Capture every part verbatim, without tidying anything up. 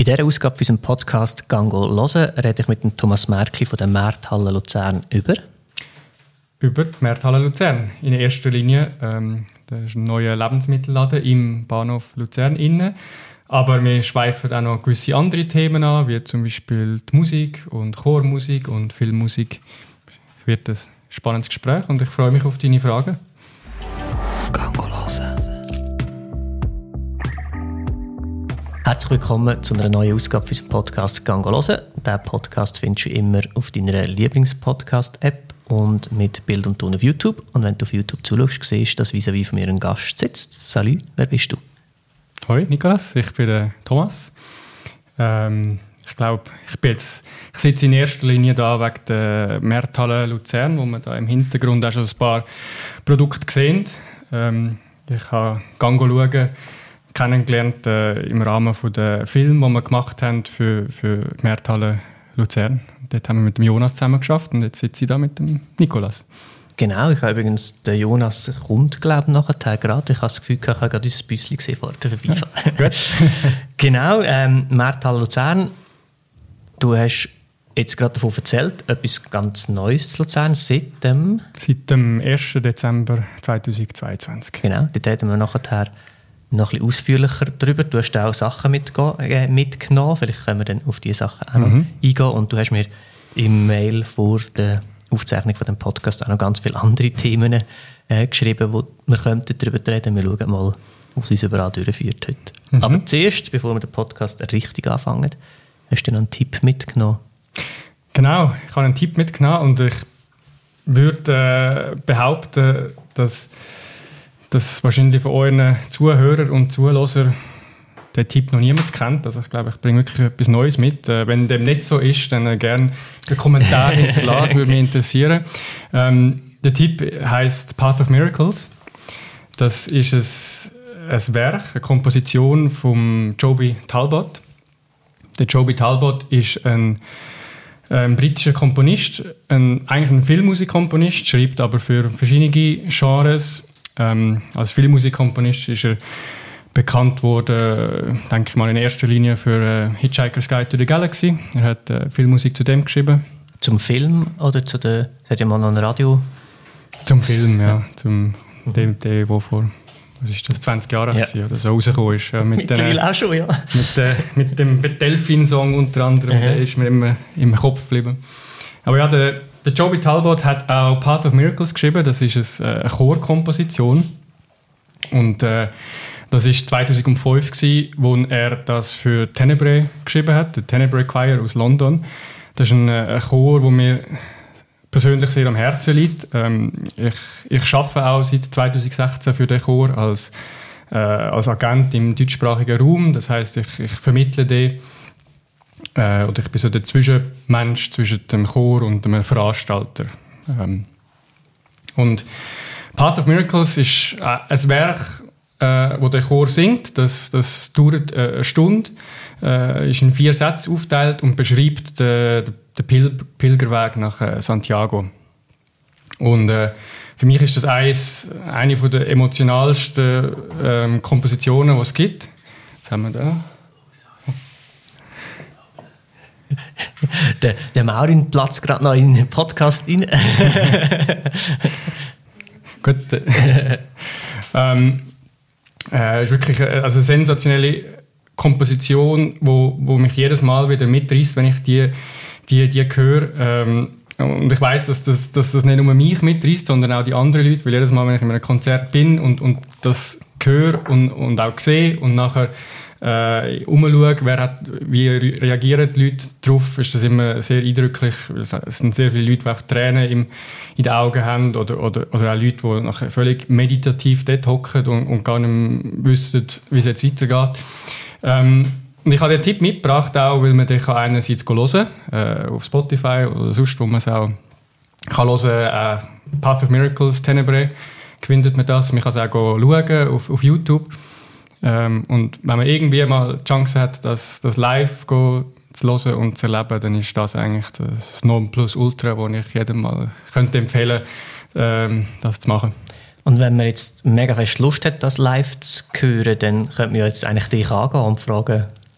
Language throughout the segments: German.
In dieser Ausgabe unseres Podcast «Gango hören» rede ich mit dem Thomas Märkli von der Märthalle Luzern über... Über die Märthalle Luzern. In erster Linie, ähm, das ist ein neuer Lebensmittelladen im Bahnhof Luzern innen. Aber wir schweifen auch noch gewisse andere Themen an, wie zum Beispiel die Musik und Chormusik und Filmmusik. Wird ein spannendes Gespräch und ich freue mich auf deine Fragen. Gango hören. Herzlich willkommen zu einer neuen Ausgabe unseres Podcasts «Gango hören». Diesen Podcast findest du immer auf deiner Lieblings-Podcast-App und mit Bild und Ton auf YouTube. Und wenn du auf YouTube zuschaust, siehst du, dass vis-à-vis von mir ein Gast sitzt. Salut, wer bist du? Hoi Nicolas, ich bin der Thomas. Ähm, ich glaube, ich, bin jetzt, ich sitze in erster Linie da wegen der Märthalle Luzern, wo man da im Hintergrund auch schon ein paar Produkte sehen. Ähm, ich habe Gango schauen kennengelernt äh, im Rahmen von der Film, den wir gemacht haben für, für die Märthalle Luzern. Dort haben wir mit dem Jonas zusammen geschafft und jetzt sitze ich da mit dem Nicolas. Genau, ich habe übrigens den Jonas kommt, glaube ich, nachher gerade. Ich habe das Gefühl, ich habe gerade unser Büsschen gesehen vor der Vorbeifahrt. Ja, Genau, ähm, Märthalle Luzern. Du hast jetzt gerade davon erzählt, etwas ganz Neues zu Luzern seit dem... Seit dem ersten Dezember zweitausendzweiundzwanzig. Genau, dort reden wir nachher noch ein bisschen ausführlicher darüber. Du hast auch Sachen mitge- äh, mitgenommen. Vielleicht können wir dann auf diese Sachen auch Mhm. noch eingehen. Und du hast mir im Mail vor der Aufzeichnung von dem Podcast auch noch ganz viele andere Themen äh, geschrieben, wo wir könnten darüber reden. Wir schauen mal, was uns überall durchführt heute. Mhm. Aber zuerst, bevor wir den Podcast richtig anfangen, hast du noch einen Tipp mitgenommen? Genau, ich habe einen Tipp mitgenommen und ich würde äh, behaupten, dass, dass wahrscheinlich von euren Zuhörern und Zuhörern den Tipp noch niemand kennt. Also ich glaube, ich bringe wirklich etwas Neues mit. Äh, wenn dem nicht so ist, dann äh, gerne einen Kommentar hinterlassen, würde mich interessieren. Ähm, der Tipp heisst Path of Miracles. Das ist ein, ein Werk, eine Komposition von Joby Talbot. Der Joby Talbot ist ein, ein britischer Komponist, ein, eigentlich ein Filmmusikkomponist, schreibt aber für verschiedene Genres. Ähm, als Filmmusikkomponist ist er bekannt worden, denke ich mal, in erster Linie für äh, Hitchhiker's Guide to the Galaxy. Er hat äh, Filmmusik zu dem geschrieben. Zum Film oder zu der... Es hat ja mal noch ein Radio... Zum Film, ja. Zum dem, der, der vor was ist das, zwanzig Jahren Ja. oder so rausgekommen ist. Ja, mit, Mittlerweile den, auch schon, ja. mit, äh, mit dem Delfin-Song unter anderem. Mhm. Der ist mir immer im Kopf geblieben. Aber ja, der, der Joby Talbot hat auch Path of Miracles geschrieben. Das ist eine, eine Chorkomposition. Und äh, das war zweitausendfünf, gewesen, wo er das für Tenebrae geschrieben hat, der Tenebrae Choir aus London. Das ist ein, ein Chor, der mir persönlich sehr am Herzen liegt. Ähm, ich, ich arbeite auch seit zweitausendsechzehn für den Chor als, äh, als Agent im deutschsprachigen Raum. Das heisst, ich, ich vermittle den, äh, oder ich bin so der Zwischenmensch zwischen dem Chor und dem Veranstalter. Ähm, und Path of Miracles ist äh, ein Werk, äh, wo der Chor singt. Das, das dauert äh, eine Stunde, äh, ist in vier Sätze aufgeteilt und beschreibt den, den Pil- Pilgerweg nach äh, Santiago. Und äh, für mich ist das eins, eine der emotionalsten ähm, Kompositionen, die es gibt. Jetzt haben wir da. Der, der Maurin platzt gerade noch in den Podcast rein. Gut. Äh, ähm, äh, ist wirklich eine, also eine sensationelle Komposition, wo, wo mich jedes Mal wieder mitreißt, wenn ich die, die, die höre. Ähm, und ich weiss, dass, dass, dass das nicht nur mich mitreißt, sondern auch die anderen Leute, weil jedes Mal, wenn ich in einem Konzert bin und, und das höre und, und auch sehe und nachher äh, umschaue, wer hat, wie reagieren die Leute darauf, ist das immer sehr eindrücklich. Es sind sehr viele Leute, die auch Tränen im, in den Augen haben oder, oder, oder auch Leute, die nachher völlig meditativ dort hocken und, und gar nicht mehr wissen, wie es jetzt weitergeht. Ähm, und ich habe den Tipp mitgebracht, auch, weil man den einerseits hören kann, äh, auf Spotify oder sonst, wo man es auch kann hören, äh, Path of Miracles, Tenebrae, findet man das. Man kann es auch schauen auf, auf YouTube. Ähm, und wenn man irgendwie mal die Chance hat, das, das live go zu hören und zu erleben, dann ist das eigentlich das Nonplusultra, das ich jedem mal könnte empfehlen könnte, ähm, das zu machen. Und wenn man jetzt mega fest Lust hat, das live zu hören, dann könnte man ja jetzt eigentlich dich angehen und fragen,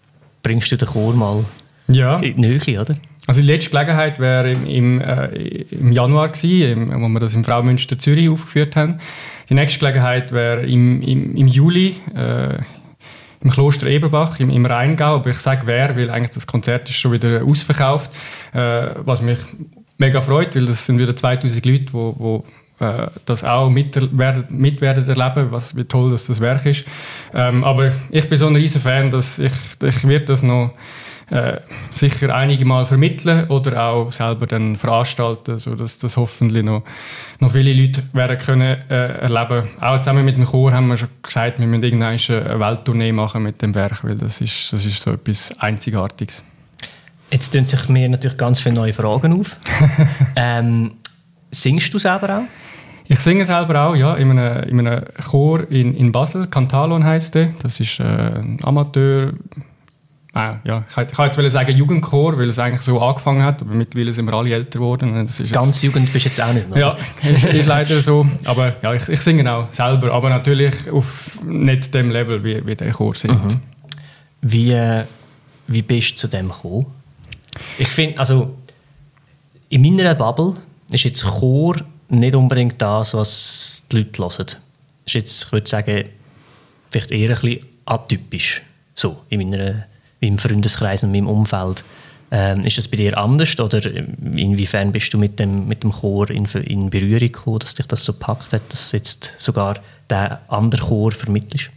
bringst du den Chor mal ja. in die Nähe, oder? Also die letzte Gelegenheit wäre im, im, äh, im Januar gewesen, im, wo wir das im Fraumünster Zürich aufgeführt haben. Die nächste Gelegenheit wäre im, im, im Juli äh, im Kloster Eberbach, im, im Rheingau. Aber ich sage wer, weil eigentlich das Konzert ist schon wieder ausverkauft, äh, was mich mega freut, weil das sind wieder zweitausend Leute, die wo, wo, äh, das auch mit, werden, mit werden erleben, was, wie toll dass das Werk ist. Ähm, aber ich bin so ein riesen Fan, dass ich, ich werde das noch Äh, sicher einige Mal vermitteln oder auch selber dann veranstalten, sodass das hoffentlich noch, noch viele Leute werden können äh, erleben. Auch zusammen mit dem Chor haben wir schon gesagt, wir müssen irgendwann eine Welttournee machen mit dem Werk, weil das ist, das ist so etwas Einzigartiges. Jetzt tun sich mir natürlich ganz viele neue Fragen auf. ähm, singst du selber auch? Ich singe selber auch, ja, in einem, in einem Chor in, in Basel, Kantalon heisst der. Das ist äh, ein Amateur. Ah, ja, ich wollte jetzt sagen Jugendchor, weil es eigentlich so angefangen hat, aber mittlerweile sind wir alle älter geworden. Das ist Ganz jetzt, Jugend bist du jetzt auch nicht mehr. Ja, ist, ist leider so. Aber ja, ich, ich singe auch selber, aber natürlich auf nicht dem Level, wie, wie der Chor singt. Mhm. Wie, wie bist du zu dem gekommen? Ich finde, also in meiner Bubble ist jetzt Chor nicht unbedingt das, was die Leute hören. Das ist jetzt, ich würde sagen, vielleicht eher ein bisschen atypisch, so in meiner im Freundeskreis und meinem Umfeld. Ähm, ist das bei dir anders oder inwiefern bist du mit dem, mit dem Chor in, in Berührung gekommen, dass dich das so gepackt hat, dass du jetzt sogar den anderen Chor vermittelst?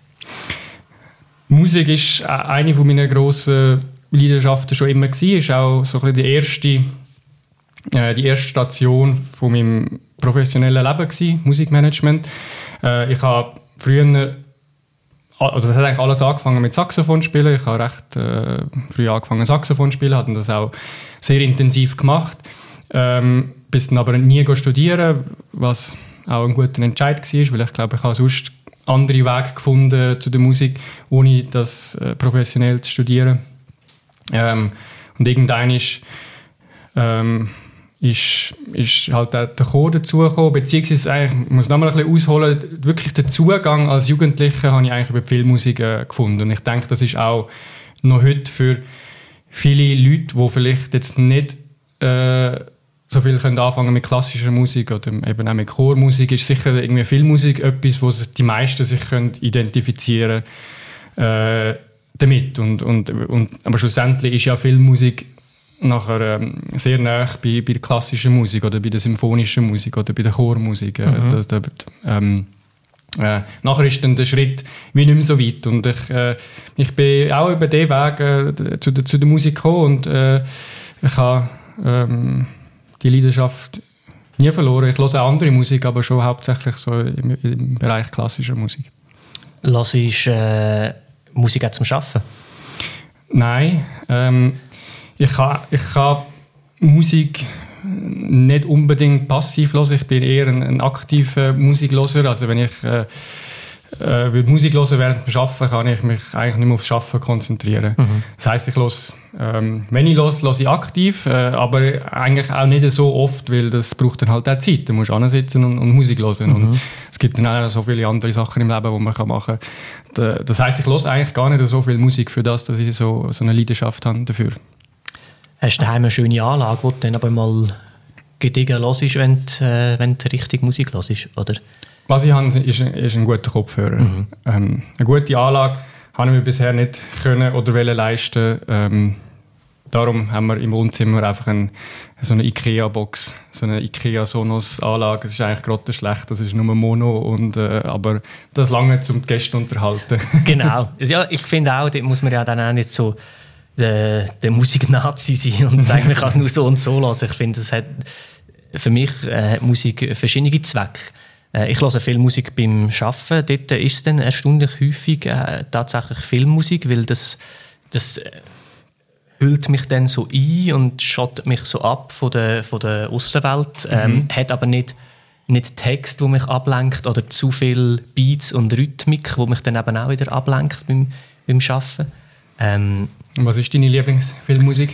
Musik ist eine meiner grossen Leidenschaften schon immer gewesen. Ist auch so ein bisschen die erste, äh, die erste Station von meinem professionellen Leben gewesen, Musikmanagement. Äh, ich habe früher Also das hat eigentlich alles angefangen mit Saxophon spielen. Ich habe recht äh, früh angefangen Saxophon spielen, habe das auch sehr intensiv gemacht. Ähm, bis dann aber nie studieren, was auch ein guter Entscheid war, weil ich glaube, ich habe sonst andere Wege gefunden zu der Musik, ohne das äh, professionell zu studieren. Ähm, und irgendwann ist ähm, ist, ist halt der Chor dazugekommen, beziehungsweise eigentlich, ich muss noch mal ein bisschen ausholen, wirklich den Zugang als Jugendlicher habe ich eigentlich über die Filmmusik äh, gefunden. Und ich denke, das ist auch noch heute für viele Leute, die vielleicht jetzt nicht äh, so viel können anfangen mit klassischer Musik oder eben auch mit Chormusik, ist sicher irgendwie Filmmusik etwas, wo die meisten sich können identifizieren äh, damit. Und, und, und, aber schlussendlich ist ja Filmmusik nachher ähm, sehr nah bei, bei der klassischen Musik oder bei der symphonischen Musik oder bei der Chormusik. Äh, mhm. das, das, ähm, äh, nachher ist dann der Schritt wie nicht mehr so weit. Und ich, äh, ich bin auch über diesen Weg äh, zu, der, zu der Musik gekommen und äh, ich habe ähm, die Leidenschaft nie verloren. Ich höre auch andere Musik, aber schon hauptsächlich so im, im Bereich klassischer Musik. Hörst du äh, Musik auch zum Arbeiten? Nein. Ähm, Ich kann, ich kann Musik nicht unbedingt passiv hören. Ich bin eher ein, ein aktiver Musikloser. Also wenn ich äh, äh, würde Musik hören während dem Arbeiten, kann ich mich eigentlich nicht mehr aufs Arbeiten konzentrieren. Mhm. Das heisst, ich höre, ähm, wenn ich höre, höre ich aktiv, äh, aber eigentlich auch nicht so oft, weil das braucht dann halt auch Zeit. Du musst ansitzen und, und Musik hören. Mhm. Und es gibt dann auch so viele andere Sachen im Leben, die man machen kann. Das heisst, ich höre eigentlich gar nicht so viel Musik für das, dass ich so, so eine Leidenschaft habe dafür. Hast du daheim eine schöne Anlage, wo du dann aber mal gediegen hörst, wenn du, äh, wenn du richtig Musik hörst, oder? Was ich habe, ist, ist ein guter Kopfhörer. Mhm. Ähm, eine gute Anlage habe ich mir bisher nicht können oder wollen leisten. Ähm, darum haben wir im Wohnzimmer einfach ein, so eine IKEA-Box, so eine IKEA-Sonos-Anlage. Das ist eigentlich gerade schlecht, das ist nur Mono, und, äh, aber das lange um die Gäste unterhalten. Genau. Ja, ich finde auch, da muss man ja dann auch nicht so der, der Musik-Nazi sein und sagen, man kann es nur so und so lassen. Ich finde, es hat für mich äh, hat Musik verschiedene Zwecke. Äh, ich höre viel Musik beim Arbeiten. Dort ist es dann erstaunlich häufig äh, tatsächlich Filmmusik, weil das, das äh, hüllt mich dann so ein und schottet mich so ab von der, von der Aussenwelt. Ähm, mhm. Hat aber nicht, nicht Text, der mich ablenkt, oder zu viel Beats und Rhythmik, die mich dann eben auch wieder ablenkt beim, beim Arbeiten. Ähm, Was ist deine Lieblingsfilmmusik?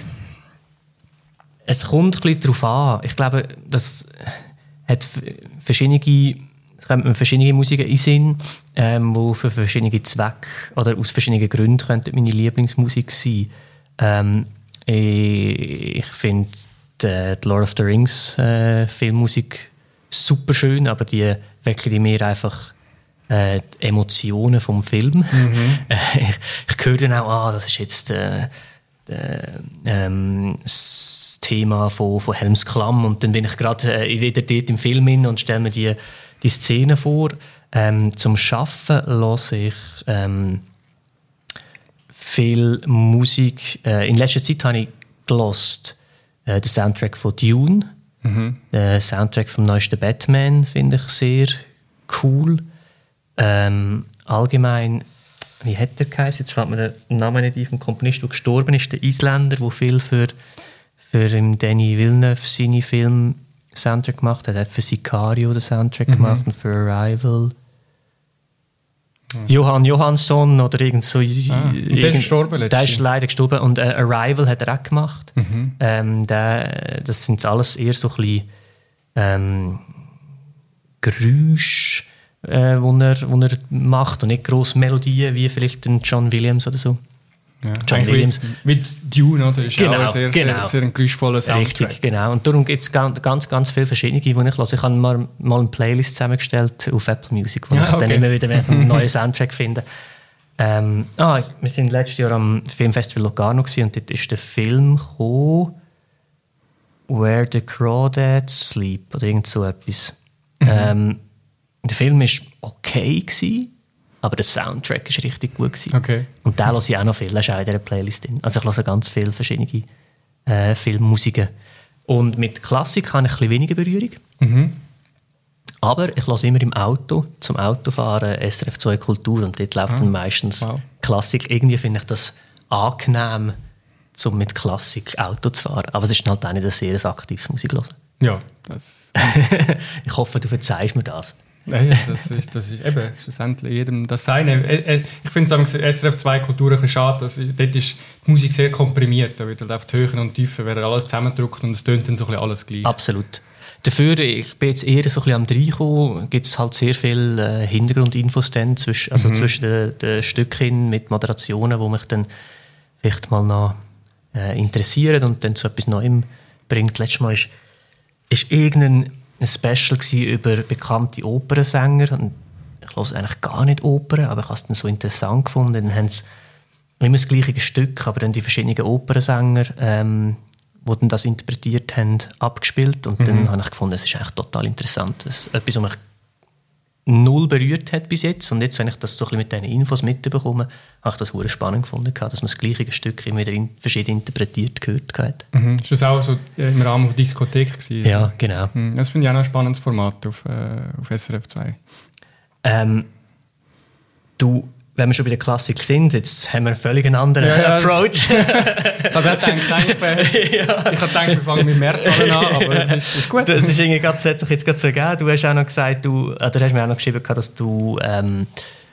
Es kommt ein bisschen darauf an. Ich glaube, das hat verschiedene, verschiedene Musiken in Sinn, ähm, die für verschiedene Zwecke oder aus verschiedenen Gründen könnte meine Lieblingsmusik sein. Ähm, ich ich finde die, die Lord of the Rings äh, Filmmusik super schön, aber die wecken in mir einfach äh, die Emotionen vom Film. Mhm. Äh, ich, ich höre dann auch, ah, das ist jetzt äh, äh, ähm, das Thema von, von Helms Klamm, und dann bin ich gerade äh, wieder dort im Film hin und stelle mir die, die Szene vor. Ähm, zum Arbeiten höre ich ähm, viel Musik. Äh, in letzter Zeit habe ich gelost äh, den Soundtrack von Dune. Mhm. Den Soundtrack vom neuesten Batman finde ich sehr cool. Ähm, allgemein, wie hat der geheißen? Jetzt fällt mir der Name nicht ein, vom Komponist, der gestorben ist, der Isländer, der viel für, für Denis Villeneuve seine Film Soundtrack gemacht hat. Er hat für Sicario den Soundtrack mhm. gemacht und für Arrival. Johan Johansson oder irgend so. Ah, irgend, der ist gestorben. Der ist leider gestorben. Und äh, Arrival hat er auch gemacht. Mhm. Ähm, der, das sind alles eher so ein bisschen ähm, Geräusche, äh, wo, er, wo er macht und nicht grosse Melodien wie vielleicht ein John Williams oder so. Ja, John Williams. Wie, wie Dune, oder? Ist genau, auch ein sehr, genau. sehr, sehr ein geräuschvoller Soundtrack. Richtig, genau. Und darum gibt es ganz, ganz, ganz viele verschiedene, die ich höre. Ich habe mal, mal eine Playlist zusammengestellt auf Apple Music, wo ja, ich okay. dann immer wieder einen neuen Soundtrack finde. Ähm, ah, wir waren letztes Jahr am Filmfestival Locarno und dort ist der Film gekommen, Where the Crawdads Sleep oder irgend so etwas. Mhm. Ähm, der Film war okay gewesen, aber der Soundtrack war richtig gut gewesen. Okay. Und den höre ich auch noch viel, das ist auch in dieser Playlist drin. Also ich höre ganz viele verschiedene äh, Filmmusiken. Und mit Klassik habe ich ein bisschen weniger Berührung. Mhm. Aber ich höre immer im Auto, zum Autofahren, S R F zwei Kultur, und dort läuft ah. dann meistens wow. Klassik. Irgendwie finde ich das angenehm, um mit Klassik Auto zu fahren. Aber es ist halt auch nicht ein sehr aktives Musik hören. Ja, das... Ich hoffe, du verzeihst mir das. Nein, das ist, das ist eben schlussendlich jedem das Seine. Ich finde es S R F zwei Kultur ein bisschen schade, dass dort ist die Musik sehr komprimiert. Da wird halt auf die Höhen und Tiefen werden alles zusammengedrückt und es tönt dann so ein bisschen alles gleich. Absolut. Dafür, ich bin jetzt eher so ein bisschen am Reinkommen, gibt es halt sehr viele äh, Hintergrundinfos dann, zwischen, also mhm. zwischen den, den Stücken mit Moderationen, die mich dann vielleicht mal noch äh, interessieren und dann zu etwas Neuem bringt. Letztes Mal ist, ist irgendein ein Special über bekannte Opernsänger. Und ich höre eigentlich gar nicht Opern, aber ich habe es dann so interessant gefunden. Dann haben sie immer das gleiche Stück, aber dann die verschiedenen Opernsänger, ähm, die dann das interpretiert haben, abgespielt. Und mhm. dann habe ich gefunden, es ist eigentlich total interessant. Es ist etwas, was mich null berührt hat bis jetzt. Und jetzt, wenn ich das so ein bisschen mit diesen Infos mitbekomme, habe ich das sehr spannend gefunden, dass man das gleiche Stück immer wieder in verschieden interpretiert gehört hat. Mhm. Ist das auch so im Rahmen der Diskothek gewesen? Ja, genau. Mhm. Das finde ich auch noch ein spannendes Format auf, äh, auf S R F zwei. Ähm, du, wenn wir schon bei der Klassik sind, jetzt haben wir einen völlig anderen ja, ja. Approach. Also ich habe gedacht, ich habe gedacht, wir fangen mit Märkten an, aber es ist, ist gut. Das ist irgendwie grad, das hat sich jetzt gerade so gegeben. Du hast auch noch gesagt, du, oder hast mir auch noch geschrieben, dass du ähm,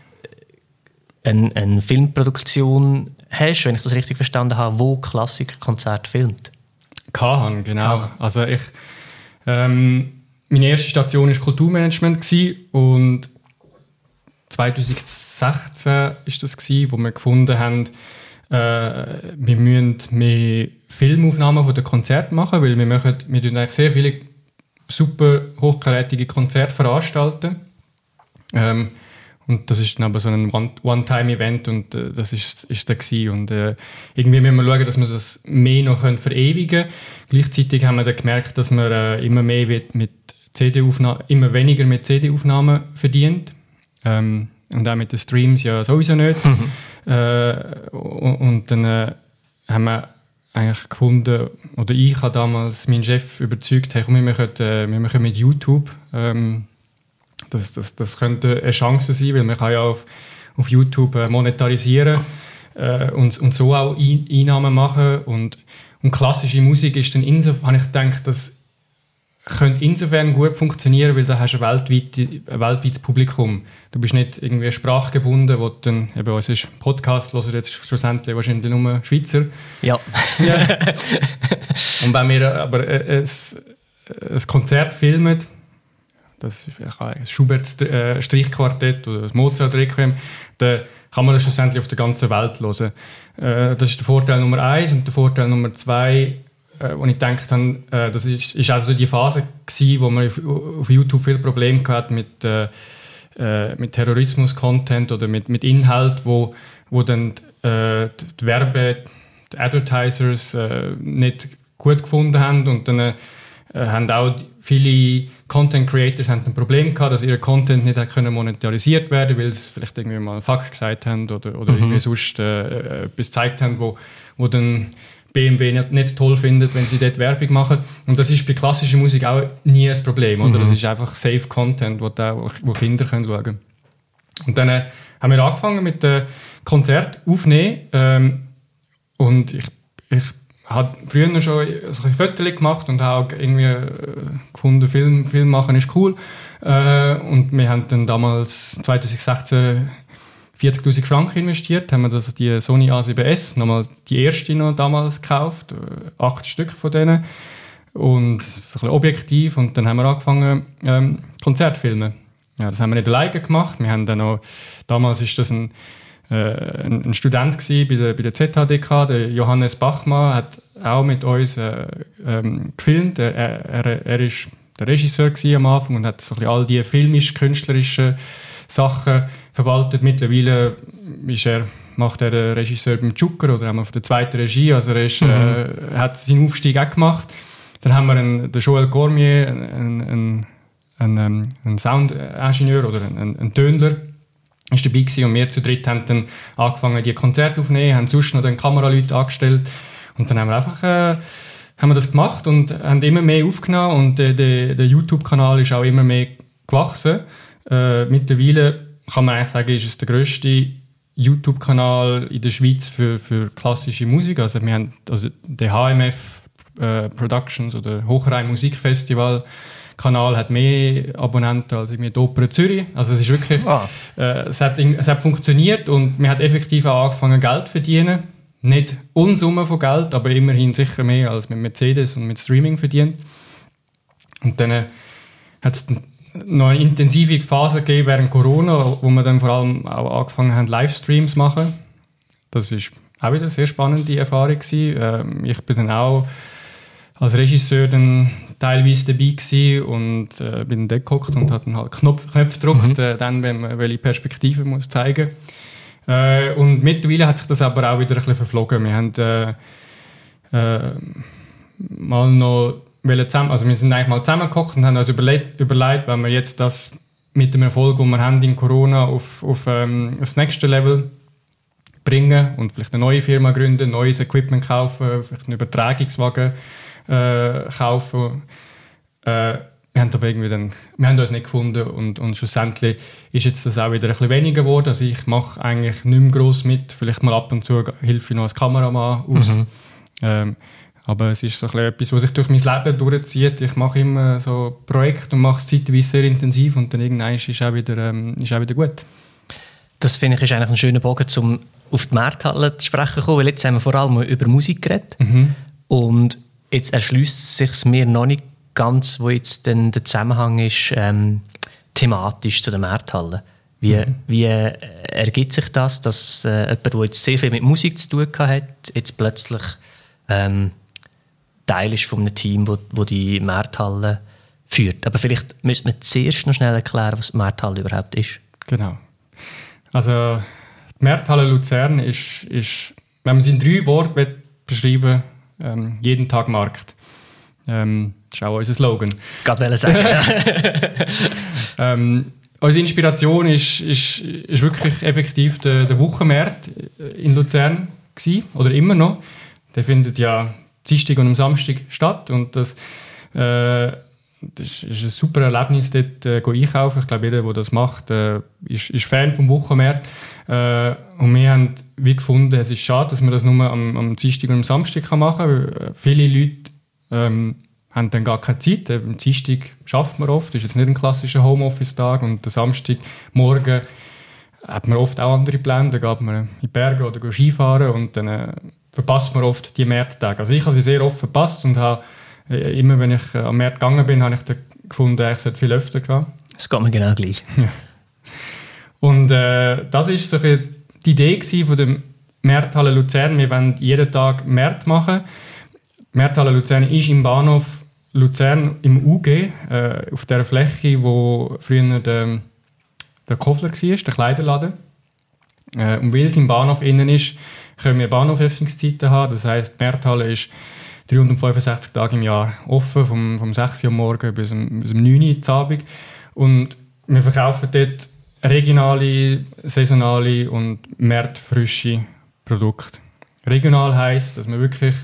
eine, eine Filmproduktion hast, wenn ich das richtig verstanden habe, wo Klassikkonzert filmt. Kann, genau. Ah. Also ich, ähm, meine erste Station war Kulturmanagement gewesen, und zwanzig sechzehn war das, wo wir gefunden haben, äh, wir müssen mehr Filmaufnahmen von den Konzerten machen, weil wir, machen, wir tun eigentlich sehr viele super hochkarätige Konzerte veranstalten. Ähm, und das ist dann aber so ein One-Time-Event, und äh, das ist, ist da gewesen. Und äh, irgendwie müssen wir schauen, dass wir das mehr noch verewigen können. Gleichzeitig haben wir dann gemerkt, dass man äh, immer mehr mit C D-Aufnahmen, immer weniger mit C D-Aufnahmen verdient. Ähm, und auch mit den Streams ja sowieso nicht. Mhm. Äh, und, und dann äh, haben wir eigentlich gefunden, oder ich habe damals meinen Chef überzeugt, hey, komm, wir machen, äh, wir machen mit YouTube. Ähm, das, das, das könnte eine Chance sein, weil man kann ja auf, auf YouTube äh, monetarisieren äh, und, und so auch Ein- Einnahmen machen. Und, und klassische Musik ist dann insofern, habe ich gedacht, dass könnte insofern gut funktionieren, weil da hast du ein, weltweit, ein weltweites Publikum. Du bist nicht irgendwie sprachgebunden, wo dann, eben, es ist ein Podcast, hören jetzt schlussendlich wahrscheinlich nur Schweizer. Ja. ja. Und wenn wir aber ein, ein Konzert filmen, das ist ein Schubert-Streichquartett oder ein Mozart-Requiem, dann kann man das schlussendlich auf der ganzen Welt hören. Äh, das ist der Vorteil Nummer eins. Und der Vorteil Nummer zwei, äh, wo ich gedacht habe, äh, das ist, ist also die Phase gewesen, wo man auf, auf YouTube viele Probleme hatte mit, äh, äh, mit Terrorismus-Content oder mit, mit Inhalt, wo, wo dann die, äh, die Werbe, die Advertisers äh, nicht gut gefunden haben und dann äh, haben auch viele Content Creators haben ein Problem gehabt, dass ihr Content nicht können monetarisiert werden, weil sie vielleicht irgendwie mal einen Fuck gesagt haben oder, oder mhm. irgendwie sonst äh, etwas gezeigt haben, wo, wo dann B M W nicht, nicht toll findet, wenn sie dort Werbung machen. Und das ist bei klassischer Musik auch nie ein Problem, oder? Mhm. Das ist einfach Safe Content, wo, da, wo Kinder können schauen können. Und dann äh, haben wir angefangen mit dem Konzert aufnehmen ähm, und ich, ich habe früher schon so ein Fotos gemacht und habe irgendwie äh, gefunden, Film, Film machen ist cool. Äh, und wir haben dann damals zwanzig sechzehn vierzigtausend Franken investiert, haben wir das, die Sony A sieben S, nochmal die erste noch damals gekauft, äh, acht Stück von denen und so ein bisschen objektiv, und dann haben wir angefangen ähm, Konzertfilme. Ja, das haben wir nicht alleine gemacht, wir haben dann noch, damals ist das ein Ein, ein Student gsi bei der, bei der Z H D K, der Johannes Bachmann, hat auch mit uns äh, ähm, gefilmt. Er, er, er ist der Regisseur gsi am Anfang und hat so ein bisschen all die filmisch-künstlerischen Sachen verwaltet. Mittlerweile ist er, macht er den Regisseur beim Zucker oder auf der zweiten Regie. Also er ist, mhm. äh, hat seinen Aufstieg auch gemacht. Dann haben wir einen, den Joël Cormier, einen, einen, einen, einen Soundingenieur oder einen, einen Tönler, ist dabei gewesen, und wir zu dritt haben dann angefangen, die Konzerte aufzunehmen, haben sonst noch dann Kameraleute angestellt, und dann haben wir einfach äh, haben wir das gemacht und haben immer mehr aufgenommen, und äh, der, der YouTube-Kanal ist auch immer mehr gewachsen. Äh, mittlerweile kann man eigentlich sagen, ist es der grösste YouTube-Kanal in der Schweiz für, für klassische Musik. Also wir haben also der H M F äh, Productions oder Hochrhein Musikfestival Kanal hat mehr Abonnenten als irgendwie die Oper Zürich. Also es ist wirklich, ah. äh, es, hat, es hat funktioniert, und wir haben effektiv auch angefangen, Geld zu verdienen. Nicht Unsummen von Geld, aber immerhin sicher mehr als mit Mercedes und mit Streaming verdient. Und dann äh, hat es noch eine intensive Phase gegeben während Corona, wo wir dann vor allem auch angefangen haben, Livestreams zu machen. Das ist auch wieder eine sehr spannende Erfahrung gewesen. Ähm, ich bin dann auch als Regisseur dann teilweise dabei gewesen und äh, bin dort gehockt und habe dann halt Knopf, Knöpfe gedrückt, mhm. äh, dann, wenn man welche Perspektive muss zeigen. Äh, und mittlerweile hat sich das aber auch wieder ein bisschen verflogen. Wir haben äh, äh, mal noch zusammen, also wir sind eigentlich mal zusammengehockt und haben uns überlegt, überlegt, wenn wir jetzt das mit dem Erfolg, den wir haben in Corona, auf, auf ähm, das nächste Level bringen und vielleicht eine neue Firma gründen, neues Equipment kaufen, vielleicht einen Übertragungswagen Äh, kaufen. Äh, wir haben aber irgendwie dann, wir haben uns nicht gefunden, und, und schlussendlich ist jetzt das auch wieder ein bisschen weniger geworden. Also ich mache eigentlich nicht mehr gross mit, vielleicht mal ab und zu helfe ich noch als Kameramann aus. Mhm. Ähm, aber es ist so ein bisschen etwas, was sich durch mein Leben durchzieht. Ich mache immer so Projekte und mache es zeitweise sehr intensiv, und dann irgendwann ist es auch wieder, ähm, ist auch wieder gut. Das finde ich ist eigentlich ein schöner Bogen, um auf die Markthalle zu sprechen kommen, weil jetzt haben wir vor allem über Musik geredet. Mhm. Und jetzt erschließt sich mir noch nicht ganz, wo jetzt denn der Zusammenhang ist, ähm, thematisch zu der Markthalle. Wie, mhm. wie äh, ergibt sich das, dass äh, jemand, der jetzt sehr viel mit Musik zu tun hat, jetzt plötzlich ähm, Teil ist von einem Team, wo, wo die Markthalle führt? Aber vielleicht müsste man zuerst noch schnell erklären, was die Markthalle überhaupt ist. Genau. Also die Markthalle Luzern ist, ist, wenn man sie in drei Worten beschreiben, Ähm, jeden Tag Markt. Ähm, das ist auch unser Slogan. Gerade wollte sagen, ja. ähm, unsere Inspiration ist, ist, ist wirklich effektiv der, der Wochenmarkt in Luzern gewesen, oder immer noch. Der findet ja Dienstag und am Samstag statt, und das, äh, das ist ein super Erlebnis, dort äh, einkaufen. Ich glaube, jeder, der das macht, äh, ist, ist Fan vom Wochenmarkt. Äh, und wir haben wie gefunden, es ist schade, dass man das nur am, am Dienstag und am Samstag machen kann. Weil, äh, viele Leute ähm, haben dann gar keine Zeit. Äh, am Dienstag schafft man oft, das ist jetzt nicht ein klassischer Homeoffice-Tag. Und am Samstagmorgen hat man oft auch andere Pläne. Da geht man in die Berge oder geht Skifahren, und dann äh, verpasst man oft die Märktage. Also ich habe sie sehr oft verpasst und habe äh, immer, wenn ich äh, am Markt gegangen bin, habe ich dann gefunden, ich sollte viel öfter gehen. Das geht mir genau gleich. Ja. Und äh, das ist so ein die Idee gewesen von der Märthalle Luzern, wir wollen jeden Tag Märt machen. Die Märthalle Luzern ist im Bahnhof Luzern im U G, äh, auf der Fläche, wo früher der, der Kofler war, der Kleiderladen. Äh, und weil es im Bahnhof innen ist, können wir Bahnhoföffnungszeiten haben. Das heisst, die Märthalle ist dreihundertfünfundsechzig Tage im Jahr offen, vom, vom sechs Uhr am Morgen bis um, bis um neun Uhr am Abend. Und wir verkaufen dort regionale, saisonale und märtfrische Produkte. Regional heisst, dass wir wirklich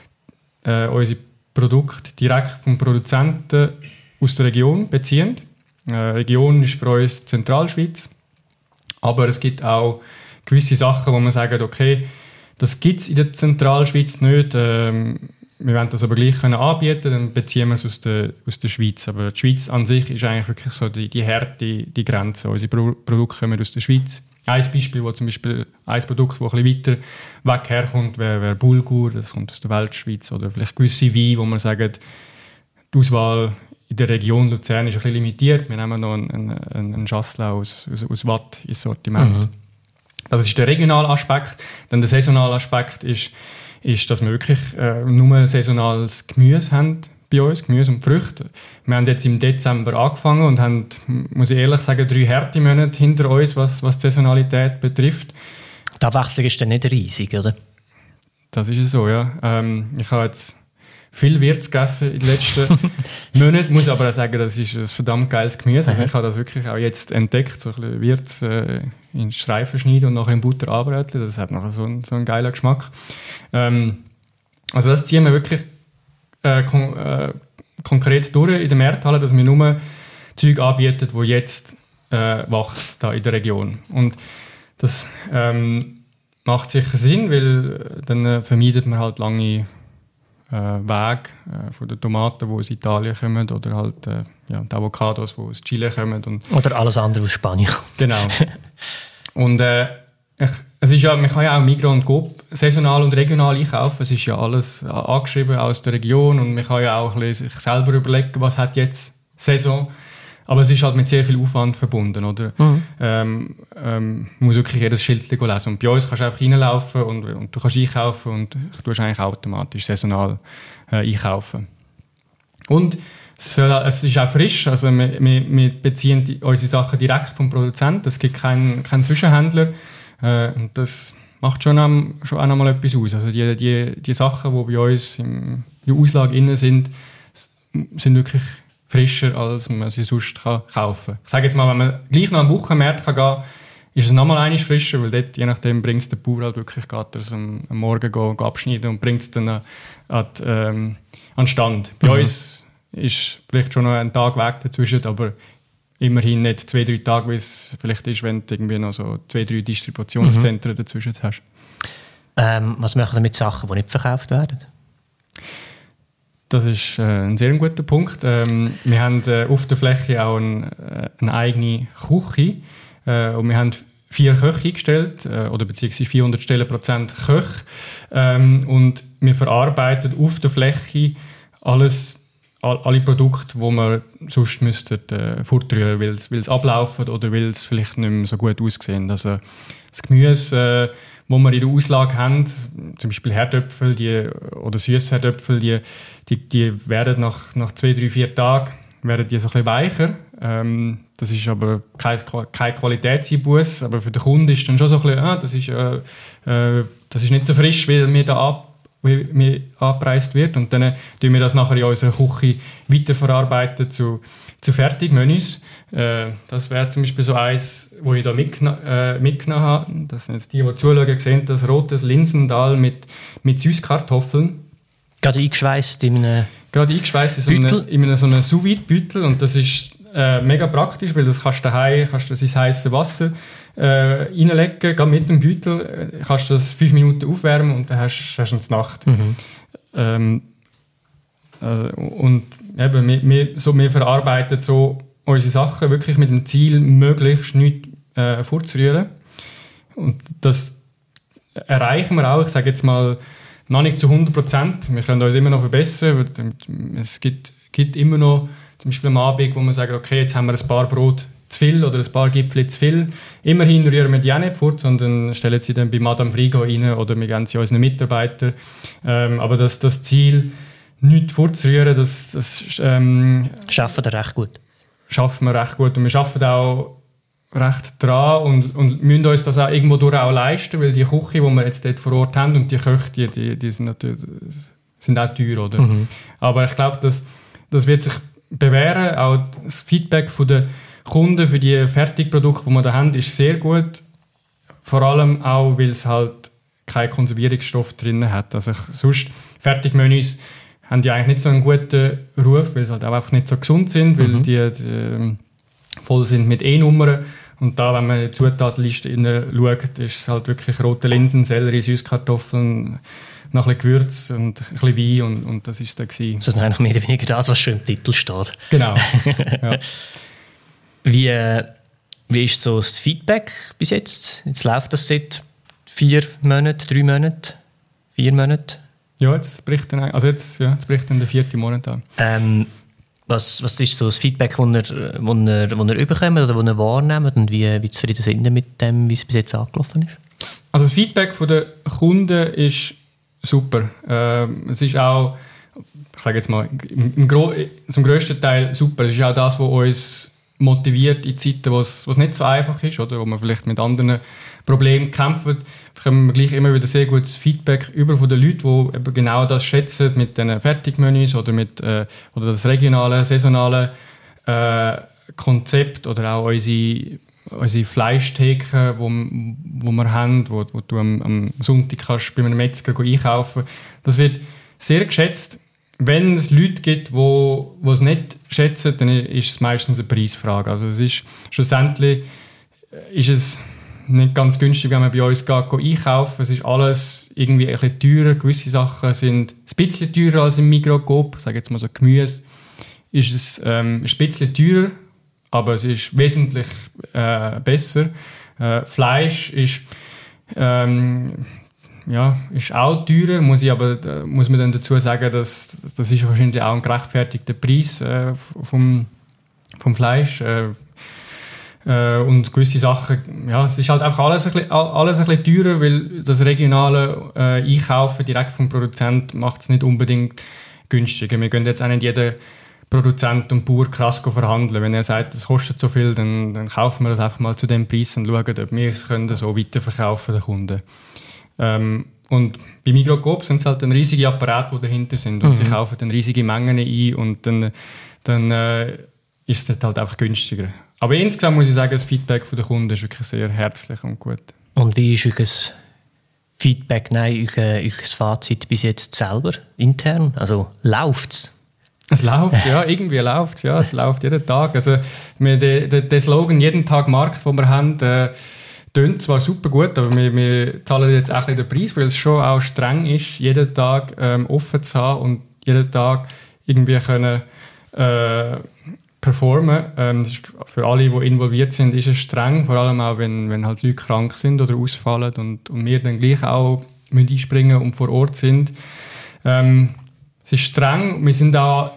äh, unsere Produkte direkt vom Produzenten aus der Region beziehen. Äh, Region ist für uns die Zentralschweiz, aber es gibt auch gewisse Sachen, wo man sagt, okay, das gibt es in der Zentralschweiz nicht, ähm, wir wollen das aber gleich können anbieten, dann beziehen wir es aus der, aus der Schweiz. Aber die Schweiz an sich ist eigentlich wirklich so die, die Härte, die Grenze. Unsere Pro- Produkte kommen aus der Schweiz. Ein Beispiel, wo zum Beispiel ein Produkt, das ein bisschen weiter weg herkommt, wäre wär Bulgur, das kommt aus der Weltschweiz. Oder vielleicht gewisse Weine, wo man sagt, die Auswahl in der Region Luzern ist ein bisschen limitiert. Wir nehmen noch einen, einen, einen Chasselas aus, aus, aus Watt ins Sortiment. Mhm. Das ist der regionale Aspekt. Dann der saisonale Aspekt ist, ist, dass wir wirklich äh, nur saisonales Gemüse haben bei uns, Gemüse und Früchte. Wir haben jetzt im Dezember angefangen und haben, muss ich ehrlich sagen, drei Härtemonate hinter uns, was, was die Saisonalität betrifft. Die Abwechslung ist dann nicht riesig, oder? Das ist es so, ja. Ähm, ich habe jetzt viel Wirts gegessen in den letzten Monaten, muss aber auch sagen, das ist ein verdammt geiles Gemüse. Also ich habe das wirklich auch jetzt entdeckt, so ein bisschen Wirts äh, in Streifen schneiden und nachher in Butter anbraten. Das hat nachher so einen, so einen geilen Geschmack. Ähm, also das ziehen wir wirklich äh, kon- äh, konkret durch in der Märthalle, dass wir nur Zeug anbieten, die jetzt äh, wächst da in der Region. Und das ähm, macht sicher Sinn, weil dann äh, vermeidet man halt lange äh, Wege äh, von den Tomaten, die aus Italien kommen, oder halt äh, ja, die Avocados, die aus Chile kommen. Und oder alles andere aus Spanien. Genau. Und äh, ich, es ist ja, man kann ja auch Migros und Coop saisonal und regional einkaufen. Es ist ja alles angeschrieben aus der Region und man kann ja auch ein bisschen sich selber überlegen, was hat jetzt Saison. Aber es ist halt mit sehr viel Aufwand verbunden, oder? Mhm. Ähm, ähm, man muss wirklich jedes Schild lesen. Und bei uns kannst du einfach reinlaufen und, und du kannst einkaufen und du tust eigentlich automatisch saisonal äh, einkaufen. Und es, soll, es ist auch frisch, also wir, wir, wir beziehen die, unsere Sachen direkt vom Produzenten. Es gibt keinen kein Zwischenhändler. Äh, und das macht schon, am, schon auch noch mal etwas aus. Also die, die, die Sachen, die bei uns im, in der Auslage drin sind, sind wirklich frischer, als man sie sonst kann kaufen kann. Ich sage jetzt mal, wenn man gleich noch am Wochenmarkt gehen kann, ist es nochmal einmal frischer, weil dort, je nachdem, bringt es der Bauer halt wirklich, geht er am, am Morgen go, go abschneiden und bringt es dann an, an, ähm, an den Stand. Bei mhm. uns ist vielleicht schon noch ein Tag Weg dazwischen, aber immerhin nicht zwei, drei Tage, wie es vielleicht ist, wenn du irgendwie noch so zwei, drei Distributionszentren mhm. dazwischen hast. Ähm, was machen wir mit Sachen, die nicht verkauft werden? Das ist äh, ein sehr guter Punkt. Ähm, wir haben äh, auf der Fläche auch ein, äh, eine eigene Küche äh, und wir haben vier Köche eingestellt, äh, oder beziehungsweise vierhundert Stellenprozent Köche. Ähm, und wir verarbeiten auf der Fläche alles, all, alle Produkte, die wir sonst müssten, äh, fortrühren, weil es ablaufen oder weil es vielleicht nicht mehr so gut aussehen. Also das Gemüse, äh, wo wir in der Auslage haben, zum Beispiel Herdöpfel die, oder Süssherdöpfel, die, die, die werden nach, nach zwei, drei, vier Tagen werden die so ein bisschen weicher. Ähm, das ist aber kein, kein Qualitätseinbuss, aber für den Kunden ist dann schon so ein bisschen, ah, das ist, äh, äh, das ist nicht so frisch, wie mir da ab, wie mir angepreist wird. Und dann tun wir das nachher in unserer Küche weiterverarbeiten zu, zu Fertigmenüs. Äh, das wäre zum Beispiel so eins, wo ich da mitgena- äh, mitgenommen habe. Das sind jetzt die, die zuschauen, sehen, das rotes Linsendal mit, mit Süßkartoffeln. Gerade eingeschweißt in einem Gerade eingeschweißt in so einem, in einem, so einem Sous-Vide-Beutel. Und das ist äh, mega praktisch, weil das kannst du daheim, kannst du das ins heiße Wasser äh, reinlegen, gerade mit dem Beutel, äh, kannst du das fünf Minuten aufwärmen und dann hast, hast du es Nacht. Mhm. Ähm, äh, und eben, wir, wir, so, wir verarbeiten so unsere Sachen wirklich mit dem Ziel, möglichst nichts äh, vorzurühren. Und das erreichen wir auch, ich sage jetzt mal, noch nicht zu hundert Prozent. Wir können uns immer noch verbessern. Es gibt, gibt immer noch, zum Beispiel am Abend, wo man sagt, okay, jetzt haben wir ein paar Brot zu viel oder ein paar Gipfel zu viel. Immerhin rühren wir die auch nicht fort, sondern stellen sie dann bei Madame Frigo rein oder wir geben sie unseren Mitarbeitern. Ähm, aber das, das Ziel, nichts fortzurühren, das, das ähm, schaffen wir recht gut. Schaffen wir recht gut. Und wir arbeiten auch recht dran und, und müssen uns das auch irgendwo durch auch leisten, weil die Küche, die wir jetzt dort vor Ort haben und die Köche, die, die, die sind natürlich sind auch teuer, oder? Mhm. Aber ich glaube, das, das wird sich bewähren. Auch das Feedback von den Kunden für die Fertigprodukte, die wir da haben, ist sehr gut. Vor allem auch, weil es halt keinen Konservierungsstoff drin hat. Also ich, sonst Fertigmenüs haben die eigentlich nicht so einen guten Ruf, weil sie halt auch einfach nicht so gesund sind, weil mhm. die, die voll sind mit E-Nummern. Und da, wenn man in die Zutatenliste schaut, ist es halt wirklich rote Linsen, Sellerie, Süßkartoffeln, noch ein bisschen Gewürz und ein bisschen Wein und, und das war es dann. Das ist eigentlich mehr oder weniger das, was schon im Titel steht. Genau. Ja. Wie, äh, wie ist so das Feedback bis jetzt? Jetzt läuft das seit vier Monaten, drei Monaten, vier Monaten? Ja, jetzt bricht dann, also jetzt, ja, jetzt bricht dann der vierte Monat an. Ähm, was, was ist so das Feedback, das ihr, wo ihr, wo ihr überkommt oder das ihr wahrnehmt und wie, wie zufrieden sind ihr mit dem, wie es bis jetzt angelaufen ist? Also das Feedback der Kunden ist super. Ähm, es ist auch, ich sage jetzt mal, im, im Gro- zum grössten Teil super. Es ist auch das, was uns motiviert in Zeiten, wo es, wo es nicht so einfach ist, oder wo man vielleicht mit anderen Problemen kämpft. Bekommen wir gleich immer wieder sehr gutes Feedback über von den Leuten, die eben genau das schätzen mit den Fertigmenüs oder mit äh, oder das regionale, saisonale äh, Konzept oder auch unsere, unsere Fleischtheke, wo, wo wir haben, wo, wo du am, am Sonntag kannst bei einem Metzger einkaufen. Das wird sehr geschätzt. Wenn es Leute gibt, die es nicht schätzen, dann ist es meistens eine Preisfrage. Also es ist schlussendlich ist es nicht ganz günstig, wenn man bei uns geht, geht einkaufen. Es ist alles irgendwie ein bisschen teurer. Gewisse Sachen sind ein bisschen teurer als im Migros Coop. Ich sage jetzt mal so Gemüse ist es ähm, ein bisschen teurer, aber es ist wesentlich äh, besser. Äh, Fleisch ist ähm, ja, ist auch teurer, muss ich aber äh, muss man dann dazu sagen, dass das ist wahrscheinlich auch ein gerechtfertigter Preis äh, vom, vom Fleisch. Äh, äh, und gewisse Sachen, ja, es ist halt einfach alles ein bisschen, alles ein bisschen teurer, weil das regionale äh, Einkaufen direkt vom Produzent macht es nicht unbedingt günstiger. Wir können jetzt auch nicht jeden Produzent und Bauer krass verhandeln. Wenn er sagt, es kostet so viel, dann, dann kaufen wir das einfach mal zu dem Preis und schauen, ob wir es können so weiterverkaufen den Kunden. Ähm, und bei Migros Coop sind es halt ein riesige Apparat, die dahinter sind und mhm. die kaufen dann riesige Mengen ein und dann, dann äh, ist es halt einfach günstiger. Aber insgesamt muss ich sagen, das Feedback der Kunden ist wirklich sehr herzlich und gut. Und wie ist euer Feedback, nein, euer, euer Fazit bis jetzt selber, intern? Also läuft es? Es läuft, ja, irgendwie läuft es, ja, es läuft jeden Tag. Also wir, der, der, der Slogan «Jeden Tag Markt», den wir haben, äh, tönt zwar super gut, aber wir, wir zahlen jetzt auch ein bisschen den Preis, weil es schon auch streng ist, jeden Tag ähm, offen zu haben und jeden Tag irgendwie können äh, performen. Ähm, das ist für alle, die involviert sind, ist es streng, vor allem auch, wenn, wenn halt Leute krank sind oder ausfallen und, und wir dann gleich auch müssen einspringen und vor Ort sind. Ähm, es ist streng, wir sind da